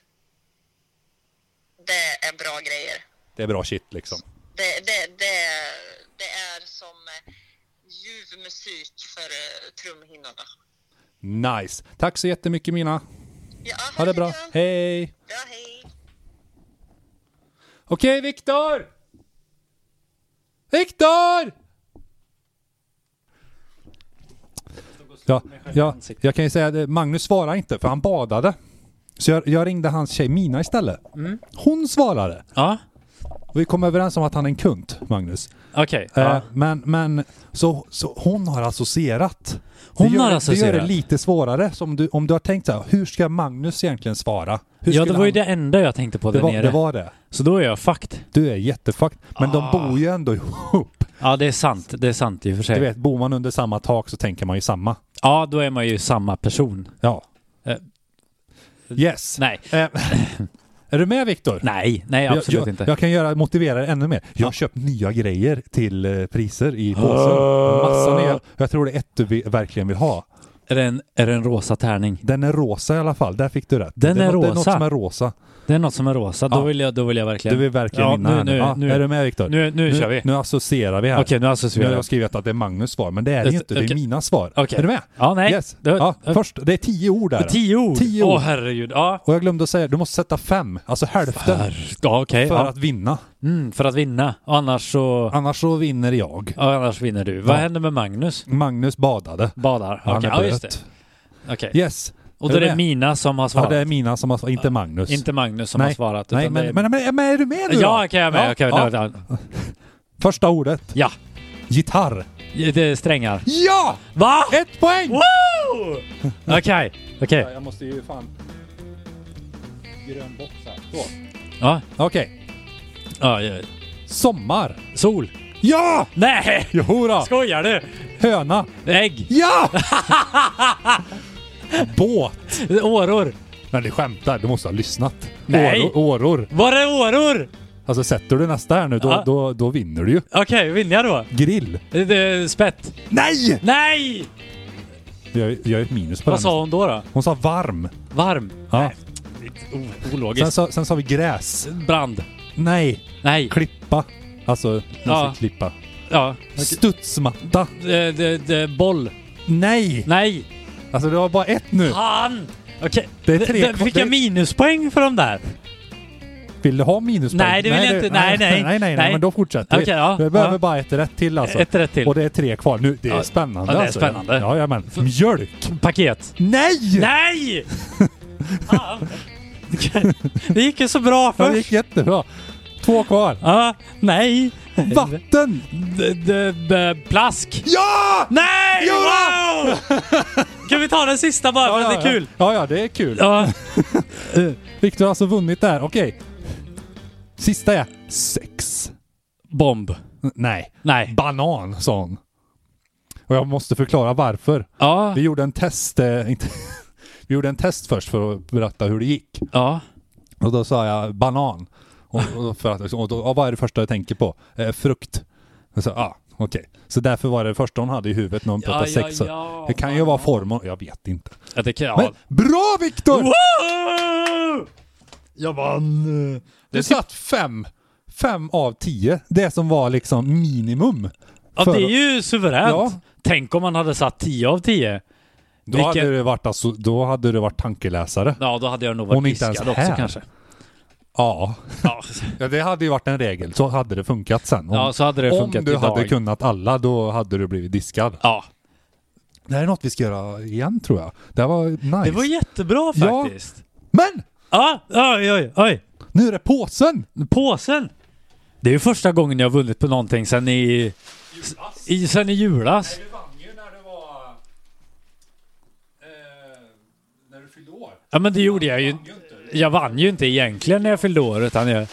Det är bra grejer. Det är bra shit liksom. Det, det, det, det är som ljuv musik för uh, trumhinnorna. Nice. Tack så jättemycket Mina. Ja, ha det bra. Igen. Hej. Ja, hej. Okej, Viktor! Viktor! Ja, ja, jag kan ju säga att Magnus svarade inte för han badade. Så jag, jag ringde hans tjej Mina istället. Mm. Hon svarade. Ja. Och vi kom överens om att han är en kunt, Magnus. Okej. Okay. Ja. Eh, men men så, så hon har associerat. Hon det gör, har associerat. Det gör det lite svårare. Som du, om du har tänkt så här, hur ska Magnus egentligen svara? Hur ja, det var han... ju det enda jag tänkte på det där var, nere. Det var det. Så då är jag fucked. Du är jättefucked. Men ah. de bor ju ändå ihop. Ja, det är sant. Det är sant i och för sig. Du vet, bor man under samma tak så tänker man ju samma. Ja, då är man ju samma person. Ja. Eh. Yes. Nej. Eh, är du med, Viktor? Nej, nej absolut jag, jag, inte. Jag kan göra, motivera det ännu mer. Jag har Ja. köpt nya grejer till eh, priser i påsen. Massa nya. Jag tror det är ett du vi, verkligen vill ha. Är det, en, är det en rosa tärning? Den är rosa i alla fall. Där fick du rätt. Den det, är något- Det är något rosa. som är rosa. Det är något som är rosa. Ja. Då, vill jag, då vill jag verkligen... Du vill verkligen Ja, vinna nu- här nu. nu- Ja, nu- är du med, Viktor? Nu, nu, kör vi. Nu associerar vi här. Okej, nu associerar Nu har vi. jag skrivit att det är Magnus svar, men det är det ju Just- inte. Det är okej. mina svar. Okej. Är du med? Ja, nej. Yes. Det- Ja, det- först, det är tio ord där. Tio ord? Tio ord. Åh, herregud. Ja. Och jag glömde att säga, du måste sätta fem. Alltså hälften. För, ja, okej. För Ja. att vinna. Mm, för att vinna. Annars så... Annars så vinner jag. Ja, annars vinner du. Vad Ja. händer med Magnus? Magnus badade. Badar? Han Okej, är ja, just blöt. det. Okej. Yes. Och då är du det med? Mina som har Ja, svarat. det är mina som har svarat, inte Magnus. Inte Magnus som Nej. har svarat. Nej, utan men, det är... men, men, men är du med nu då? Ja, okej, jag är med. Ja, Okej, ja. ja. Första ordet. Ja. Gitarr. Det är strängar. Ja! Va? Ett poäng! Woo! Okej, okej. Jag måste ju fan... Grön box här. Så. Ja. Okej. Ja, ja. Sommar. Sol. Ja! Nej! Jo då. Skojar du? Höna. Ägg. Ja! Båt. Åror. Men du skämtar, du måste ha lyssnat. Nej. Åror. åror. Var är åror? Alltså sätter du nästa här nu, då, Ja. då, då vinner du ju. Okej, vinner jag då? Grill. Det är spett. Nej! Nej! Jag, jag är ett minus på Vad den. sa hon då då? Hon sa varm. Varm. Ja. O- Sen, ologiskt. sa, sen sa vi gräs. Brand. Nej. Nej. Klippa. Alltså, Ja. ja. klippa. Ja. Studsmatta. Det, det, det, boll. Nej! Nej. Alltså det var bara ett nu. Han! Okej. Det är tre Det- det- kvar- Fick jag det- minuspoäng för de där? Vill du ha minuspoäng? Nej, det vill jag inte. Nej, nej. nej, nej, nej, Nej. men då fortsätter vi. Okej, ja. Vi behöver Ja. bara ett rätt till alltså. Ett rätt till. Och det är tre kvar. Nu, det är Ja. spännande Ja, det är alltså. spännande. Ja, ja, men mjölk. Paket. Nej! Nej! Fan. Det gick ju så bra Ja, först. det gick jättebra. Två kvar. Ja, nej. Vatten! D- d- b- plask. Ja! Nej! Jo! Wow! Kan vi ta den sista bara för Ja, att ja, det är kul? Ja, ja, det är kul. Ja. Viktor har alltså vunnit där. Okej. Sista är sex. Bomb. N- Nej. Nej. Banan, sa hon. Och jag måste förklara varför. Ja. Vi gjorde en test, eh, inte, vi gjorde en test först för att berätta hur det gick. Ja. Och då sa jag banan. Och, och, för att, och då, och vad är det första jag tänker på? Eh, frukt. Och så, ah, okej. Så därför var det det första hon hade i huvudet när hon pratade Ja, ja, sex. Så ja. det kan ju vara form och, jag vet inte. Ja, det kan jag. Men bra, Viktor! Wow! Jag vann. Du satt fem. Fem av tio. Det som var liksom minimum. Ja, För- det är ju suveränt. Ja. Tänk om man hade satt tio av tio. Då, Vilken- hade det varit alltså, då hade det varit tankeläsare. Ja, då hade jag nog Hon varit är inte ens diskad också här. kanske. Ja. Ja. ja, det hade ju varit en regel. Så hade det funkat sen. Om, Ja, så hade det funkat om du idag. hade kunnat alla, då hade du blivit diskad. Ja. Det här är något vi ska göra igen, tror jag. Det här var nice. Det var jättebra Ja. faktiskt. Men! Ja, oj, oj, oj. Nu är det påsen! Påsen. Det är ju första gången jag har vunnit på någonting sen i... i sen i julas. Du vann ju när det var... Eh, när du fyllde år. Ja, men det gjorde jag ju. Jag vann ju inte egentligen när jag fyllde år, utan jag...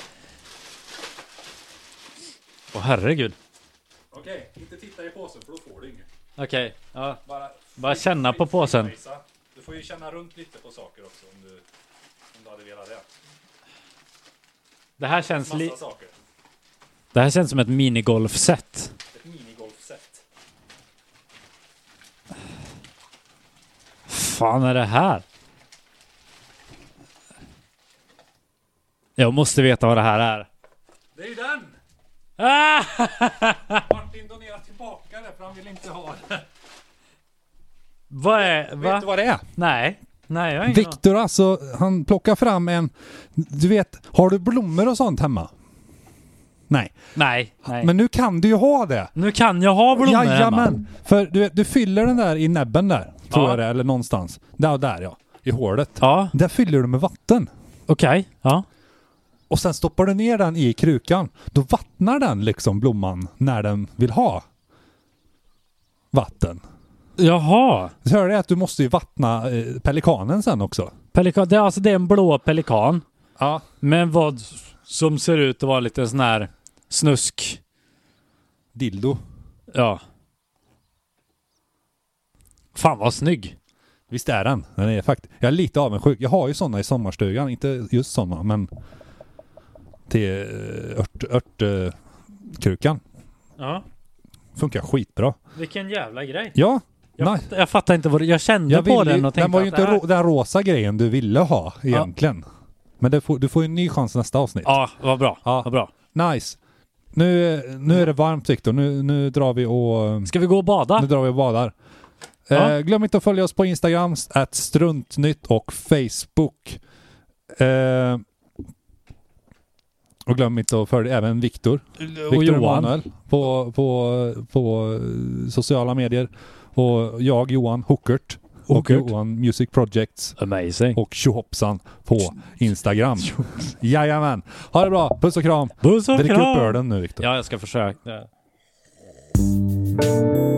Åh, herregud. Okej, inte titta i påsen för då får du inget. Okej, ja. Bara, Bara känna på påsen. Du får ju känna runt lite på saker också om du, om du hade velat det. Det här känns li... Massa saker. Det här känns som ett minigolfset. Ett minigolfset. Fan är det här? Jag måste veta vad det här är. Det är ju den! Ah! Martin donerar tillbaka det för han vill inte ha det. Vad är... Vet Va? du vad det är? Nej. Nej, jag har ingen aning. Viktor alltså, han plockar fram en... Du vet, har du blommor och sånt hemma? Nej. Nej, nej. Men nu kan du ju ha det. Nu kan jag ha blommor hemma. Jajamän. För du, vet, du fyller den där i näbben där, tror Ja. jag det är, eller någonstans. Där, där ja. I hålet. Ja, Där fyller du med vatten. okej. Ja. Och sen stoppar du ner den i krukan. Då vattnar den liksom blomman när den vill ha vatten. Jaha. Så hör det att du måste ju vattna eh, pelikanen sen också. Pelikan. Det är alltså det är en blå pelikan. Ja. Men vad som ser ut att vara lite sån här snusk. Dildo. Ja. Fan vad snygg. Visst är den. Den är faktiskt. Jag är lite avundsjuk. Jag har ju såna i sommarstugan, inte just såna, men till ört ört uh, krukan. Ja. Funkar skitbra. Vilken jävla grej. Ja. Jag, Nej. fatt, jag fattar inte vad det, jag kände Jag på ville, den och tänkte den var ju att inte det här... ro, den rosa grejen du ville ha egentligen. Ja. Men det får, du får ju en ny chans nästa avsnitt. Ja, vad bra. Ja. Vad bra. Nice. Nu, nu är det varmt, Victor. Nu, nu drar vi och... Ska vi gå och bada? Nu drar vi och badar. Ja. Eh, glöm inte att följa oss på Instagram, at struntnytt och Facebook. Eh, och glöm inte att följa även Victor. Victor Johan. Emanuel på, på, på sociala medier. Och jag, Johan Hookert. Och Hookert. Johan Music Projects. Amazing. Och Tjohoppsan på Instagram. Jajamän. Ha det bra. Puss och kram. Puss och Drick kram. upp ölen nu, Victor. Ja, jag ska försöka.